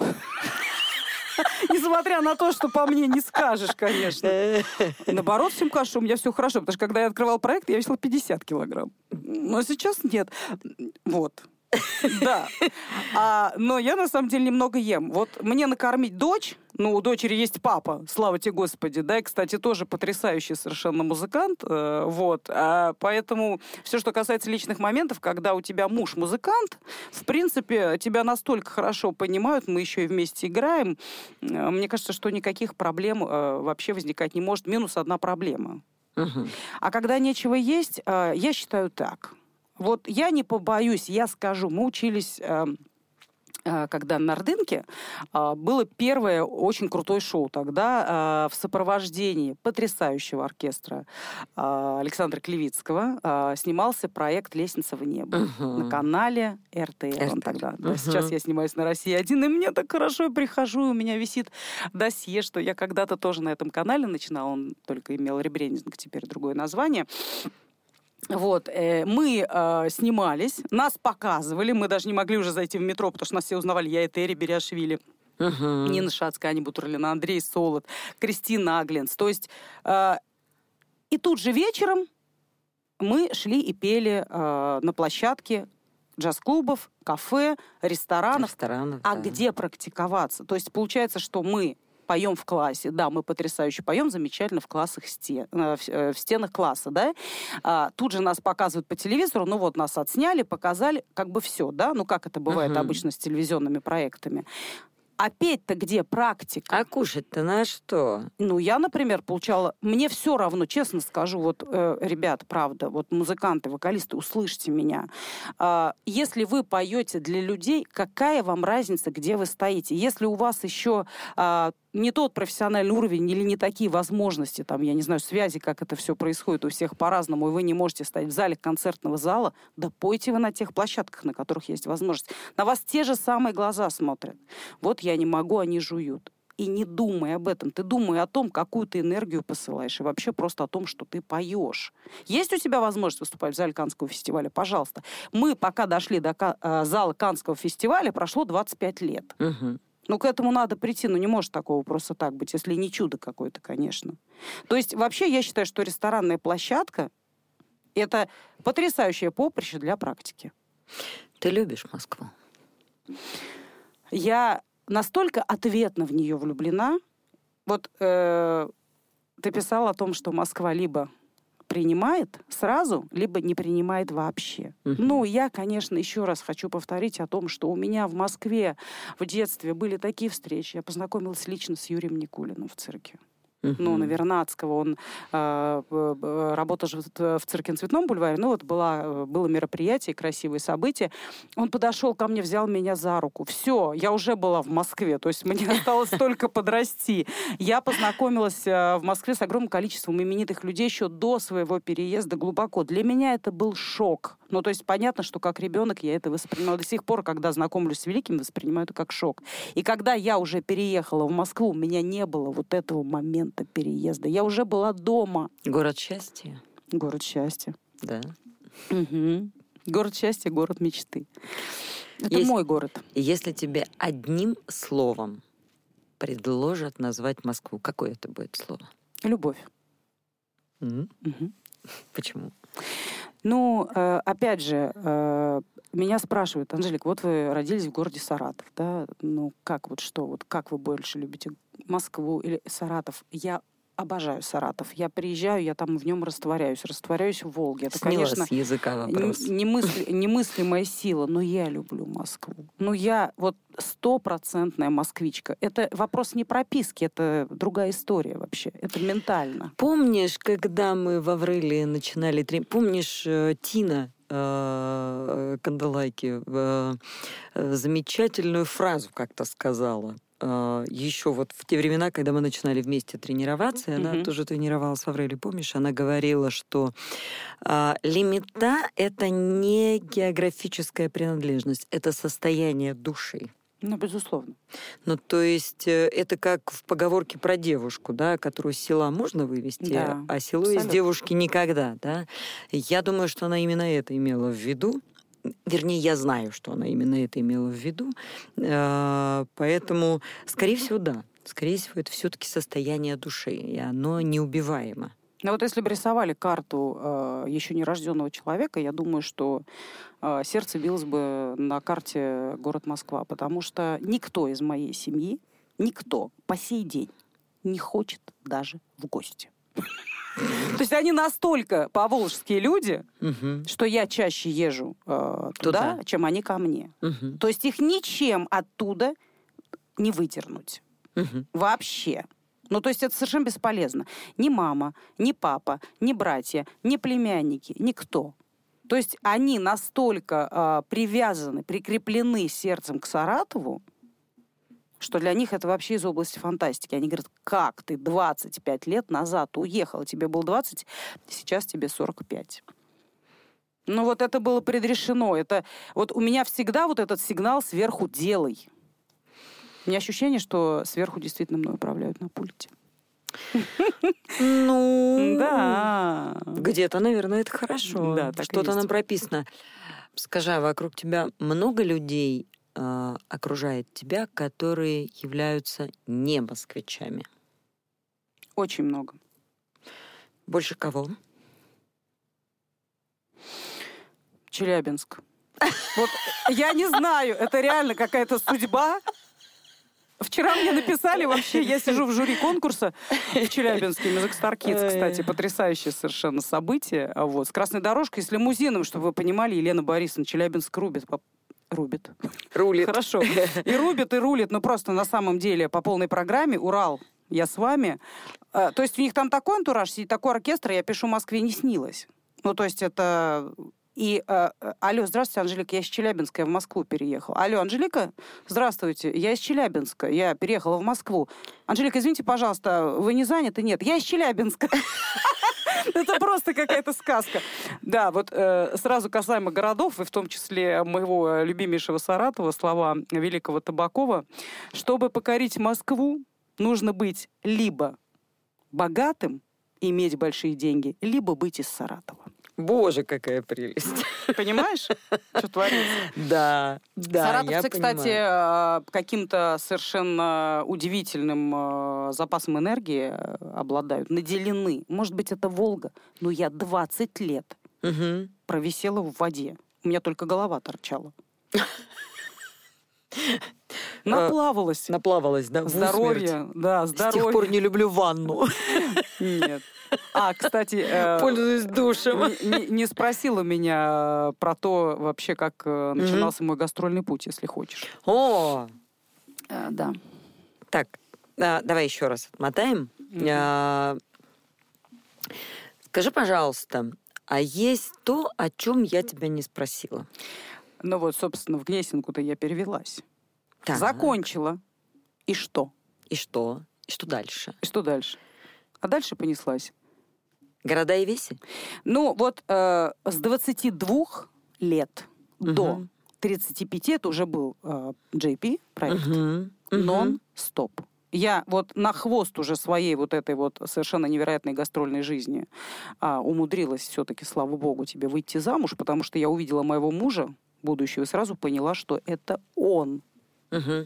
Несмотря на то, что по мне не скажешь, конечно. Наоборот, всем кажется, что у меня все хорошо. Потому что когда я открывал проект, я весила пятьдесят килограмм. Но сейчас нет. Вот. Да. А, но я, на самом деле, немного ем. Вот мне накормить дочь, ну, у дочери есть папа, слава тебе Господи, да, и, кстати, тоже потрясающий совершенно музыкант, э, вот, а, поэтому все, что касается личных моментов, когда у тебя муж музыкант, в принципе, тебя настолько хорошо понимают, мы еще и вместе играем, э, мне кажется, что никаких проблем э, вообще возникать не может, минус одна проблема. Uh-huh. А когда нечего есть, э, я считаю так. Вот я не побоюсь, я скажу, мы учились э, когда на Ордынке было первое очень крутое шоу тогда в сопровождении потрясающего оркестра Александра Клевицкого снимался проект «Лестница в небо» uh-huh. на канале эр тэ эр. Он тогда. Uh-huh. Сейчас я снимаюсь на России один, и мне так хорошо, я прихожу, у меня висит досье, что я когда-то тоже на этом канале начинала, он только имел ребрендинг, теперь другое название. Вот, э, мы э, снимались, нас показывали, мы даже не могли уже зайти в метро, потому что нас все узнавали, я и Терри Беряшвили, uh-huh. Нина Шацкая, Аня Бутурлина, Андрей Солод, Кристина Агленц. То есть, э, и тут же вечером мы шли и пели э, на площадке джаз-клубов, кафе, ресторанов. Ресторанов, а да. где практиковаться? То есть, получается, что мы... поем в классе, да, мы потрясающе поем, замечательно в классах стен, в, в стенах класса, да. А, тут же нас показывают по телевизору, ну вот нас отсняли, показали, как бы все, да, ну как это бывает uh-huh. обычно с телевизионными проектами. А петь-то где практика? А кушать-то на что? Ну, я, например, получала... Мне все равно, честно скажу, вот, э, ребят, правда, вот музыканты, вокалисты, услышьте меня. Э, если вы поете для людей, какая вам разница, где вы стоите? Если у вас еще э, не тот профессиональный уровень или не такие возможности, там, я не знаю, связи, как это все происходит у всех по-разному, и вы не можете стоять в зале концертного зала, да пойте вы на тех площадках, на которых есть возможность. На вас те же самые глаза смотрят. Вот я не могу, они жуют. И не думай об этом. Ты думай о том, какую ты энергию посылаешь, и вообще просто о том, что ты поешь. Есть у тебя возможность выступать в зале Каннского фестиваля? Пожалуйста. Мы, пока дошли до э, зала Каннского фестиваля, прошло двадцать пять лет. Угу. Ну, к этому надо прийти. Ну, не может такого просто так быть, если не чудо какое-то, конечно. То есть, вообще, я считаю, что ресторанная площадка – это потрясающее поприще для практики. Ты любишь Москву? Я настолько ответно в нее влюблена. Вот э, ты писал о том, что Москва либо принимает сразу, либо не принимает вообще. Uh-huh. Ну, я, конечно, еще раз хочу повторить о том, что у меня в Москве в детстве были такие встречи. Я познакомилась лично с Юрием Никулиным в цирке. Uh-huh. Ну, на Вернадского. Он э, работал же в цирке на Цветном бульваре. Ну, вот была, было мероприятие, красивые события. Он подошел ко мне, взял меня за руку. Все, я уже была в Москве. То есть мне осталось только подрасти. Я познакомилась в Москве с огромным количеством именитых людей еще до своего переезда глубоко. Для меня это был шок. Ну, то есть понятно, что как ребенок я это воспринимала. До сих пор, когда знакомлюсь с великим, воспринимаю это как шок. И когда я уже переехала в Москву, у меня не было вот этого момента переезда. Я уже была дома. Город счастья. Город счастья. Да. Угу. Город счастья, город мечты. Это Есть, мой город. Если тебе одним словом предложат назвать Москву, какое это будет слово? Любовь. Mm-hmm. Угу. Почему? Ну, э, опять же, э, меня спрашивают: Анжелик, вот вы родились в городе Саратов, да? Ну, как вот что? Вот как вы больше любите, Москву или Саратов? Я обожаю Саратов. Я приезжаю, я там в нем растворяюсь, растворяюсь в Волге. Это, Сняла конечно, с языка вопрос. Немысли, немыслимая сила, но я люблю Москву. Ну, я вот стопроцентная москвичка. Это вопрос не прописки, это другая история вообще. Это ментально. Помнишь, когда мы в Аврелии начинали... Помнишь, Тина э, Канделайки э, замечательную фразу как-то сказала? Еще вот в те времена, когда мы начинали вместе тренироваться, mm-hmm. она тоже тренировалась в Аврелии, помнишь? Она говорила, что а, лимита — это не географическая принадлежность, это состояние души. Ну, безусловно. Ну, то есть это как в поговорке про девушку, да, которую с села можно вывести, да, а село абсолютно. Из девушки никогда, да. Я думаю, что она именно это имела в виду. Вернее, я знаю, что она именно это имела в виду. Поэтому, скорее всего, да. Скорее всего, это все-таки состояние души, и оно неубиваемо. Ну вот если бы рисовали карту э, еще нерожденного человека, я думаю, что э, сердце билось бы на карте город Москва, потому что никто из моей семьи, никто по сей день не хочет даже в гости. То есть они настолько поволжские люди, uh-huh. что я чаще езжу э, туда, туда, чем они ко мне. Uh-huh. То есть их ничем оттуда не выдернуть. Uh-huh. Вообще. Ну, то есть это совершенно бесполезно. Ни мама, ни папа, ни братья, ни племянники, никто. То есть они настолько э, привязаны, прикреплены сердцем к Саратову, что для них это вообще из области фантастики. Они говорят, как ты двадцать пять лет назад уехала, тебе было двадцать, сейчас тебе сорок пять. Ну вот это было предрешено. Это, вот у меня всегда вот этот сигнал сверху «делай». У меня ощущение, что сверху действительно мной управляют на пульте. Ну, да. Где-то, наверное, это хорошо. Да, так и Что-то есть. нам прописано. Скажи, а вокруг тебя много людей э, окружает тебя, которые являются не москвичами? Очень много. Больше кого? Челябинск. Вот я не знаю, это реально какая-то судьба. Вчера мне написали вообще, я сижу в жюри конкурса в Челябинске, Music Star Kids, кстати, потрясающее совершенно событие. А вот, с красной дорожкой, с лимузином, чтобы вы понимали, Елена Борисовна, Челябинск рубит. Рубит. Рулит. Хорошо. И рубит, и рулит, но просто на самом деле по полной программе «Урал, я с вами». То есть у них там такой антураж, сидит такой оркестр, я пишу, в Москве не снилось. Ну, то есть это... И, э, алло, здравствуйте, Анжелика, я из Челябинска, я в Москву переехала. Алло, Анжелика, здравствуйте, я из Челябинска, я переехала в Москву. Анжелика, извините, пожалуйста, вы не заняты? Нет, я из Челябинска. Это просто какая-то сказка. Да, вот сразу касаемо городов, и в том числе моего любимейшего Саратова, слова великого Табакова, чтобы покорить Москву, нужно быть либо богатым, иметь большие деньги, либо быть из Саратова. Боже, какая прелесть. Понимаешь, что творится? Да, да, Саратовцы, я кстати, понимаю. каким-то совершенно удивительным запасом энергии обладают, наделены. Может быть, это Волга, но я двадцать лет Угу. провисела в воде. У меня только голова торчала. Наплавалась. Наплавалась, да? в усмерть. Здоровье, да, С тех здоровье. пор не люблю ванну. Нет. А, кстати, э, Пользуюсь душем. не, не- не спросила меня про то вообще, как э, начинался мой гастрольный путь, если хочешь. О, Э, да. так, а, давай еще раз отмотаем. А, Скажи, пожалуйста, а есть то, о чем я тебя не спросила? Ну вот, собственно, в Гнесинку-то я перевелась. Так. Закончила. И что? И что? И что дальше? И что дальше? А дальше понеслась. Города и веси? Ну, вот э, с двадцати двух лет Мгм. до тридцати пяти это уже был э, джей пи проект. Мгм. Нон-стоп. Я вот на хвост уже своей вот этой вот совершенно невероятной гастрольной жизни а, умудрилась все-таки, слава богу, тебе выйти замуж, потому что я увидела моего мужа будущего и сразу поняла, что это он. Мгм.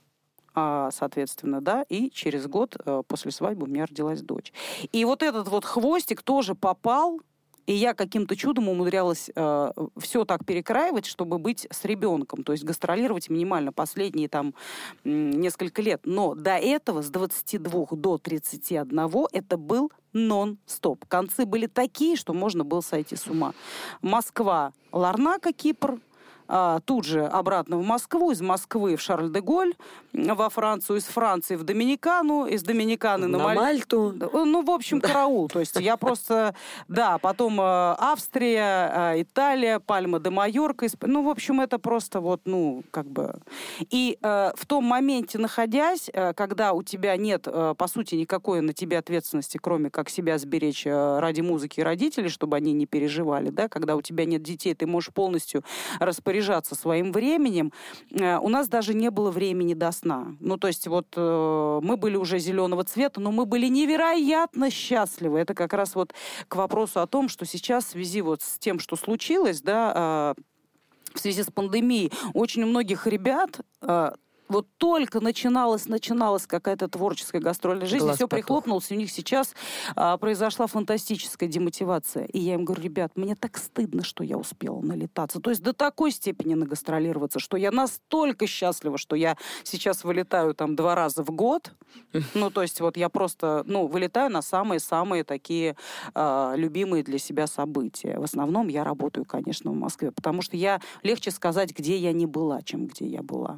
А, соответственно, да, и через год э, после свадьбы у меня родилась дочь. И вот этот вот хвостик тоже попал, и я каким-то чудом умудрялась э, все так перекраивать, чтобы быть с ребенком, то есть гастролировать минимально последние там м, несколько лет. Но до этого, с двадцати двух до тридцати одного, это был нон-стоп. Концы были такие, что можно было сойти с ума. Москва, Ларнака, Кипр, а, тут же обратно в Москву, из Москвы в Шарль-де-Голь, во Францию, из Франции в Доминикану, из Доминиканы на, На Маль- Мальту. Ну, в общем, караул. То есть я просто... Да, потом э, Австрия, э, Италия, Пальма де Майорка. Исп- Ну, в общем, это просто вот, ну, как бы... И э, в том моменте, находясь, э, когда у тебя нет, э, по сути, никакой на тебе ответственности, кроме как себя сберечь э, ради музыки и родителей, чтобы они не переживали, да, когда у тебя нет детей, ты можешь полностью распоряжаться своим временем. Э, у нас даже не было времени до сна. Ну, то есть вот э, мы были уже зеленого цвета, но мы были невероятно счастливы. Это как раз вот к вопросу о том, что сейчас в связи вот с тем, что случилось, да, э, в связи с пандемией, очень у многих ребят э, вот только начиналась, начиналась какая-то творческая гастрольная жизнь, Глаз все потух. прихлопнулось, и у них сейчас а, произошла фантастическая демотивация. И я им говорю, ребят, мне так стыдно, что я успела налетаться. То есть до такой степени нагастролироваться, что я настолько счастлива, что я сейчас вылетаю там два раза в год. Ну, то есть вот я просто, ну, вылетаю на самые-самые такие а, любимые для себя события. В основном я работаю, конечно, в Москве, потому что я легче сказать, где я не была, чем где я была.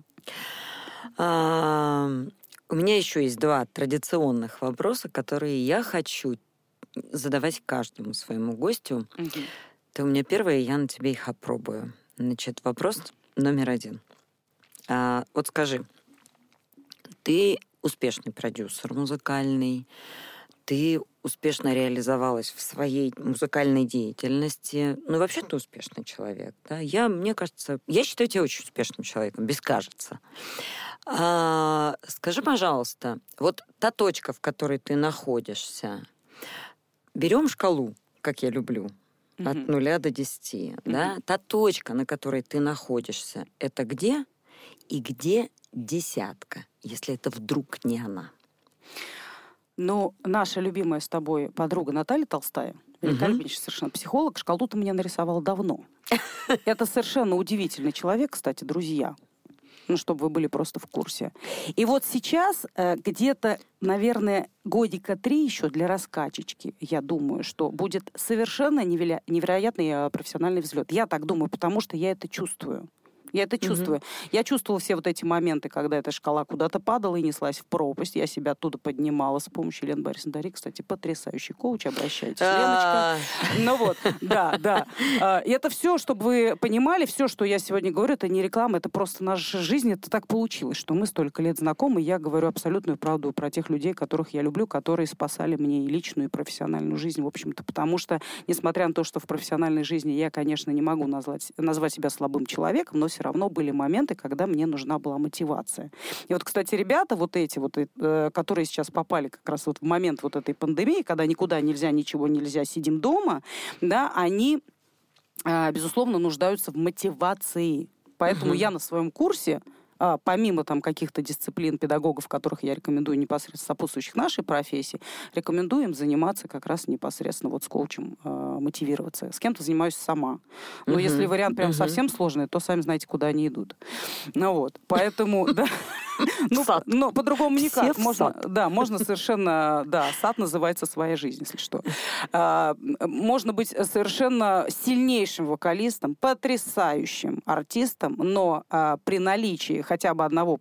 А, у меня еще есть два традиционных вопроса, которые я хочу задавать каждому своему гостю. Мгм. Ты у меня первая, я на тебе их опробую. Значит, вопрос номер один. А, вот скажи, ты успешный продюсер музыкальный, ты успешно реализовалась в своей музыкальной деятельности. Ну, вообще ты успешный человек. Да? Я, мне кажется, я считаю тебя очень успешным человеком, без кажется. А, скажи, пожалуйста, вот та точка, в которой ты находишься, берем шкалу, как я люблю, mm-hmm. от нуля до десяти. Mm-hmm. Да? Та точка, на которой ты находишься, это где? И где десятка, если это вдруг не она? Ну, наша любимая с тобой подруга Наталья Толстая, великолепнейший совершенно психолог, шкалу ты мне нарисовал давно. Это совершенно удивительный человек, кстати, друзья. Ну, чтобы вы были просто в курсе. И вот сейчас э, где-то, наверное, годика три еще для раскачечки, я думаю, что будет совершенно неверо- невероятный э, профессиональный взлет. Я так думаю, потому что я это чувствую. Я это чувствую. Mm-hmm. Я чувствовала все вот эти моменты, когда эта шкала куда-то падала и неслась в пропасть. Я себя оттуда поднимала с помощью Елены Борисовны Дари. Кстати, потрясающий коуч. Обращайтесь, Леночка. Ну вот, да, да. И это все, чтобы вы понимали, все, что я сегодня говорю, это не реклама, это просто наша жизнь. Это так получилось, что мы столько лет знакомы. Я говорю абсолютную правду про тех людей, которых я люблю, которые спасали мне и личную, и профессиональную жизнь, в общем-то. Потому что, несмотря на то, что в профессиональной жизни я, конечно, не могу назвать, назвать себя слабым человеком, но все равно были моменты, когда мне нужна была мотивация. И вот, кстати, ребята вот эти вот, э, которые сейчас попали как раз вот в момент вот этой пандемии, когда никуда нельзя, ничего нельзя, сидим дома, да, они, э, безусловно, нуждаются в мотивации. Поэтому uh-huh. я на своем курсе, а, помимо там каких-то дисциплин педагогов, которых я рекомендую непосредственно сопутствующих нашей профессии, рекомендую им заниматься как раз непосредственно вот с коучем, а, мотивироваться. С кем-то занимаюсь сама. Но uh-huh. если вариант прям uh-huh. совсем сложный, то сами знаете, куда они идут. Ну вот, поэтому, да. Ну, но по-другому никак. Можно, да, можно совершенно, да, сад называется «Своя жизнь», если что. А, можно быть совершенно сильнейшим вокалистом, потрясающим артистом, но а, при наличии хотя бы одного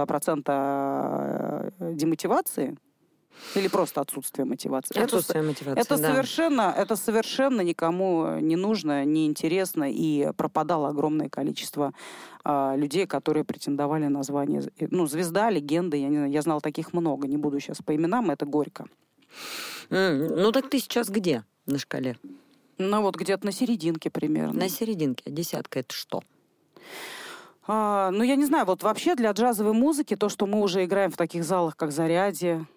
процента демотивации или просто отсутствие мотивации. Отсутствие это, мотивации, это, да. совершенно, это совершенно никому не нужно, не интересно, и пропадало огромное количество а, людей, которые претендовали на звание, ну, звезда, легенда, я не знаю, я знала таких много, не буду сейчас по именам, это горько. Mm, ну так ты сейчас где на шкале? Ну вот где-то на серединке примерно. На серединке. А десятка это что? А, ну я не знаю, вот вообще для джазовой музыки то, что мы уже играем в таких залах, как «Зарядье»,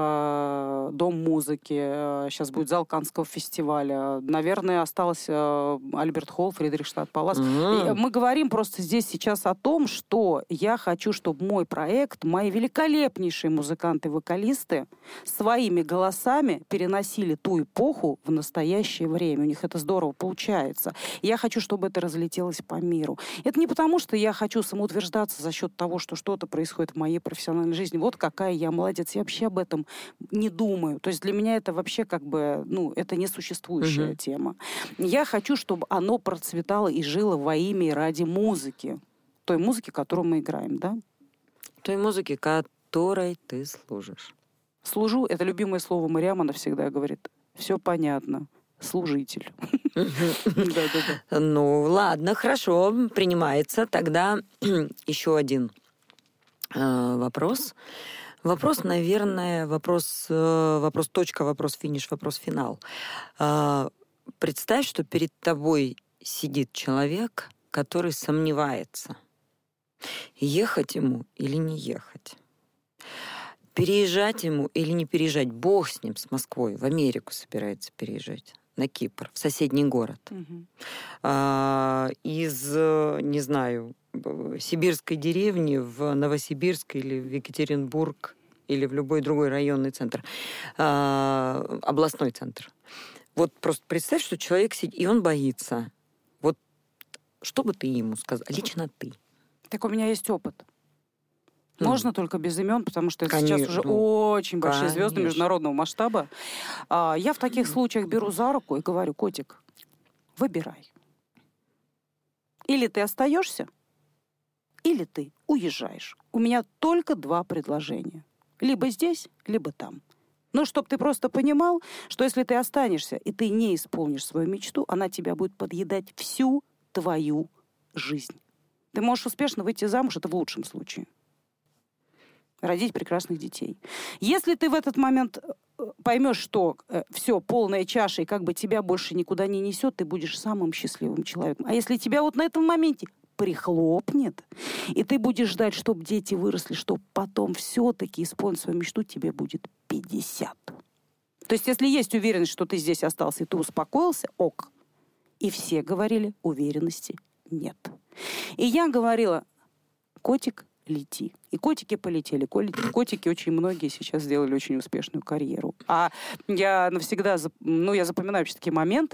Дом музыки, сейчас будет зал Каннского фестиваля. Наверное, осталось Альберт Холл, Фридрихштадт Палац. Mm-hmm. Мы говорим просто здесь сейчас о том, что я хочу, чтобы мой проект, мои великолепнейшие музыканты-вокалисты своими голосами переносили ту эпоху в настоящее время. У них это здорово получается. Я хочу, чтобы это разлетелось по миру. Это не потому, что я хочу самоутверждаться за счет того, что что-то происходит в моей профессиональной жизни. Вот какая я молодец. Я вообще об этом не думаю. То есть для меня это вообще как бы, ну, это несуществующая uh-huh. тема. Я хочу, чтобы оно процветало и жило во имя и ради музыки. Той музыки, которую мы играем, да? Той музыки, которой ты служишь. Служу, это любимое слово Мариам, она всегда говорит, все понятно, служитель. Ну, ладно, хорошо, принимается. Тогда еще один вопрос. Вопрос, наверное, вопрос, вопрос точка, вопрос финиш, вопрос финал. Представь, что перед тобой сидит человек, который сомневается, ехать ему или не ехать, переезжать ему или не переезжать. Бог с ним, с Москвой, в Америку собирается переезжать, на Кипр, в соседний город. Угу. А, из, не знаю, сибирской деревни в Новосибирск или в Екатеринбург или в любой другой районный центр, а, областной центр. Вот просто представь, что человек сидит, и он боится. Вот что бы ты ему сказал? Лично ты. Так у меня есть опыт. Можно mm. только без имен, потому что это конечно. Сейчас уже очень большие конечно. звезды международного масштаба. А, я в таких mm. случаях беру за руку и говорю, котик, выбирай. Или ты остаешься, или ты уезжаешь. У меня только два предложения. Либо здесь, либо там. Ну, чтобы ты просто понимал, что если ты останешься, и ты не исполнишь свою мечту, она тебя будет подъедать всю твою жизнь. Ты можешь успешно выйти замуж, это в лучшем случае. Родить прекрасных детей. Если ты в этот момент поймешь, что э, все, полная чаша, и как бы тебя больше никуда не несет, ты будешь самым счастливым человеком. А если тебя вот на этом моменте прихлопнет, и ты будешь ждать, чтобы дети выросли, чтобы потом все-таки исполнить свою мечту, тебе будет пятьдесят. То есть, если есть уверенность, что ты здесь остался, и ты успокоился, ок. И все говорили, уверенности нет. И я говорила, котик, лети. И котики полетели. Котики очень многие сейчас сделали очень успешную карьеру. А я навсегда, ну, я запоминаю вообще такие моменты,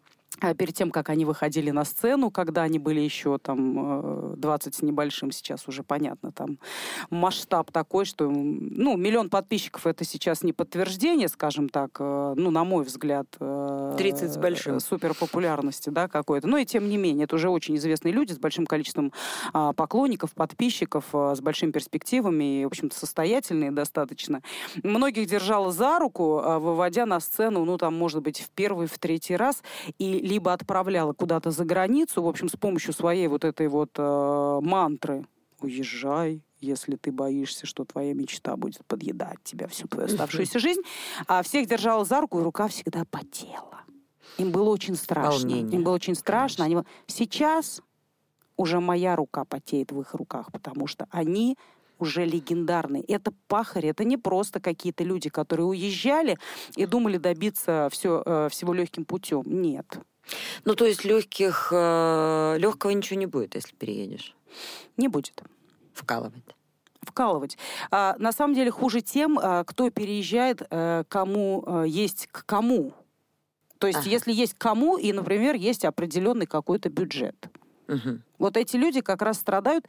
перед тем, как они выходили на сцену, когда они были еще там двадцать с небольшим, сейчас уже понятно, там масштаб такой, что, ну, миллион подписчиков это сейчас не подтверждение, скажем так, ну, на мой взгляд, тридцать с большим. Суперпопулярности, да, какой-то. Но и тем не менее, это уже очень известные люди с большим количеством а, поклонников, подписчиков, а, с большими перспективами и, в общем-то, состоятельные достаточно. Многих держала за руку, а, выводя на сцену, ну, там, может быть, в первый, в третий раз, и либо отправляла куда-то за границу, в общем, с помощью своей вот этой вот э, мантры «Уезжай, если ты боишься, что твоя мечта будет подъедать тебя всю твою оставшуюся жизнь». А всех держала за руку, и рука всегда потела. Им было очень страшно. Волнение. Им было очень страшно. Они... Сейчас уже моя рука потеет в их руках, потому что они уже легендарные. Это пахари, это не просто какие-то люди, которые уезжали и думали добиться все, э, всего легким путем. Нет. Ну, то есть легких, э, легкого ничего не будет, если переедешь? Не будет. Вкалывать. Вкалывать. А, на самом деле хуже тем, а, кто переезжает, а, кому а, есть к кому. То есть, ага. если есть к кому, и, например, есть определенный какой-то бюджет. Угу. Вот эти люди как раз страдают,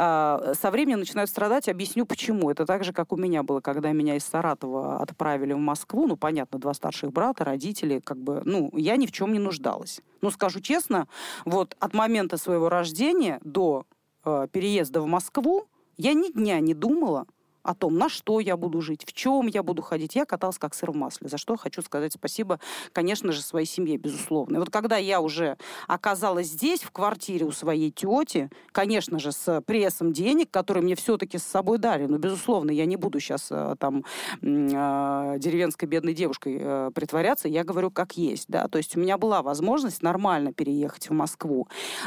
а, со временем начинают страдать. Объясню, почему. Это так же, как у меня было, когда меня из Саратова отправили в Москву. Ну, понятно, два старших брата, родители, как бы, ну, я ни в чем не нуждалась. Ну, скажу честно, вот от момента своего рождения до э, переезда в Москву я ни дня не думала о том, на что я буду жить, в чем я буду ходить. Я каталась как сыр в масле, за что хочу сказать спасибо, конечно же, своей семье, безусловно. И вот когда я уже оказалась здесь, в квартире у своей тети, конечно же, с прессом денег, которые мне все-таки с собой дали, но, безусловно, я не буду сейчас там деревенской бедной девушкой притворяться, я говорю, как есть, да, то есть у меня была возможность нормально переехать в Москву.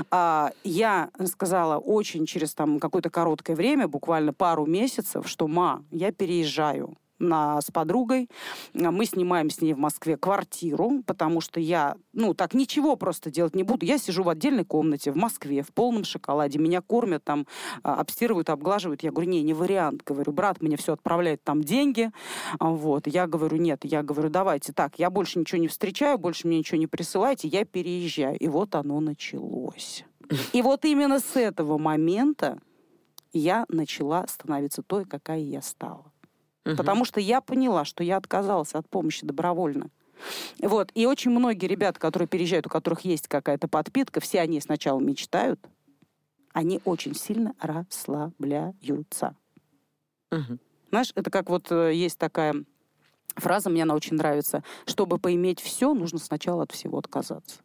Я сказала очень через там какое-то короткое время, буквально пару месяцев, что «Ма, я переезжаю на, с подругой, мы снимаем с ней в Москве квартиру, потому что я, ну, так ничего просто делать не буду. Я сижу в отдельной комнате в Москве, в полном шоколаде, меня кормят там, обстирывают, обглаживают. Я говорю, не, не вариант. Говорю, брат мне все отправляет там деньги. Вот. Я говорю, нет. Я говорю, давайте так, я больше ничего не встречаю, больше мне ничего не присылайте, я переезжаю. И вот оно началось. И вот именно с этого момента я начала становиться той, какая я стала. Угу. Потому что я поняла, что я отказалась от помощи добровольно. Вот. И очень многие ребята, которые переезжают, у которых есть какая-то подпитка, все они сначала мечтают, они очень сильно расслабляются. Угу. Знаешь, это как вот есть такая фраза, мне она очень нравится, чтобы поиметь все, нужно сначала от всего отказаться.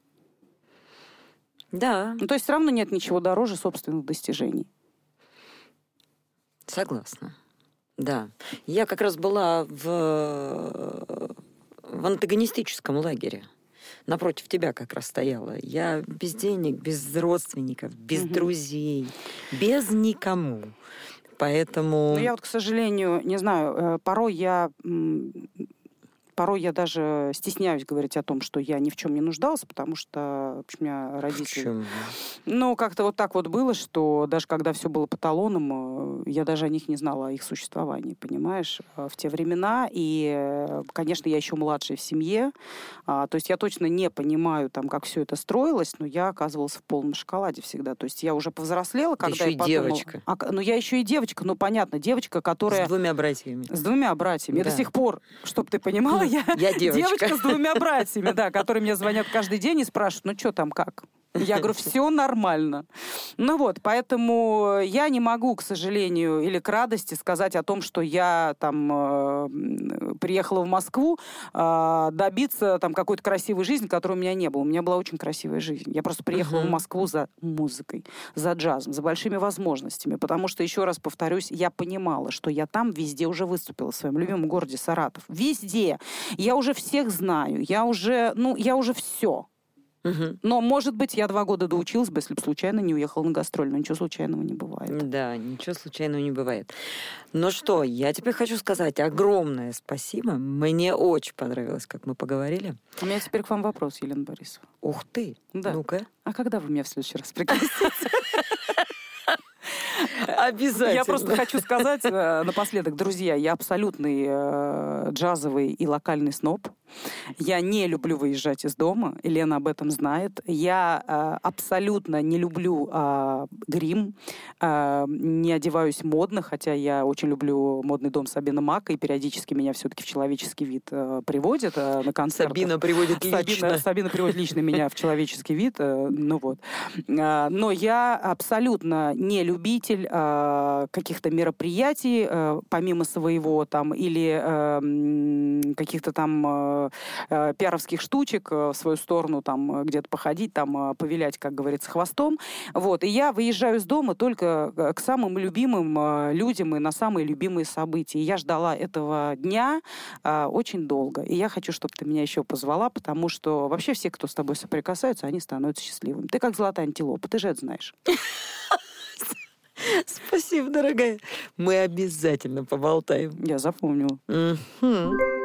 Да. Ну, то есть все равно нет ничего дороже собственных достижений. Согласна. Да. Я как раз была в, в антагонистическом лагере. Напротив тебя как раз стояла. Я без денег, без родственников, без угу. друзей, без никому. Поэтому... Ну, я вот, к сожалению, не знаю, порой я... Порой я даже стесняюсь говорить о том, что я ни в чем не нуждалась, потому что у меня родители... Почему? Ну, как-то вот так вот было, что даже когда все было по талонам, я даже о них не знала, о их существовании, понимаешь, в те времена. И, конечно, я еще младшая в семье, то есть я точно не понимаю, там, как все это строилось, но я оказывалась в полном шоколаде всегда. То есть я уже повзрослела, когда еще я подумала... девочка. А, ну, я еще и девочка, ну, понятно, девочка, которая... С двумя братьями. С двумя братьями. Да. И до сих пор, чтобы ты понимала, Я, я девочка. девочка с двумя братьями, да, которые мне звонят каждый день и спрашивают, ну что там, как? Я говорю, все нормально. Ну вот, поэтому я не могу, к сожалению, или к радости сказать о том, что я там э, приехала в Москву э, добиться там какой-то красивой жизни, которой у меня не было. У меня была очень красивая жизнь. Я просто приехала uh-huh. в Москву за музыкой, за джазом, за большими возможностями, потому что, еще раз повторюсь, я понимала, что я там везде уже выступила, в своем любимом городе Саратов. Везде. Я уже всех знаю. Я уже, ну, я уже все. Угу. Но, может быть, я два года доучилась бы, если бы случайно не уехала на гастроль. Но ничего случайного не бывает. Да, ничего случайного не бывает. Ну что, я тебе хочу сказать огромное спасибо. Мне очень понравилось, как мы поговорили. У меня теперь к вам вопрос, Елена Борисовна. Ух ты! Да. Ну-ка. А когда вы меня в следующий раз пригласите? Обязательно. Я просто хочу сказать э, напоследок, друзья, я абсолютный э, джазовый и локальный сноб. Я не люблю выезжать из дома. Елена об этом знает. Я э, абсолютно не люблю э, грим. Э, не одеваюсь модно, хотя я очень люблю модный дом Сабина Мака, и периодически меня все-таки в человеческий вид э, приводят э, на концерты. Сабина приводит лично. Сабина, Сабина приводит лично меня в человеческий вид. Э, ну вот. Э, но я абсолютно не любитель э, каких-то мероприятий, э, помимо своего там, или э, каких-то там э, пиаровских штучек в свою сторону, там, где-то походить, там, повилять, как говорится, хвостом. Вот. И я выезжаю из дома только к самым любимым людям и на самые любимые события. И я ждала этого дня а, очень долго. И я хочу, чтобы ты меня еще позвала, потому что вообще все, кто с тобой соприкасаются, они становятся счастливыми. Ты как золотая антилопа, ты же это знаешь. Спасибо, дорогая. Мы обязательно поболтаем. Я запомнила. Mm-hmm.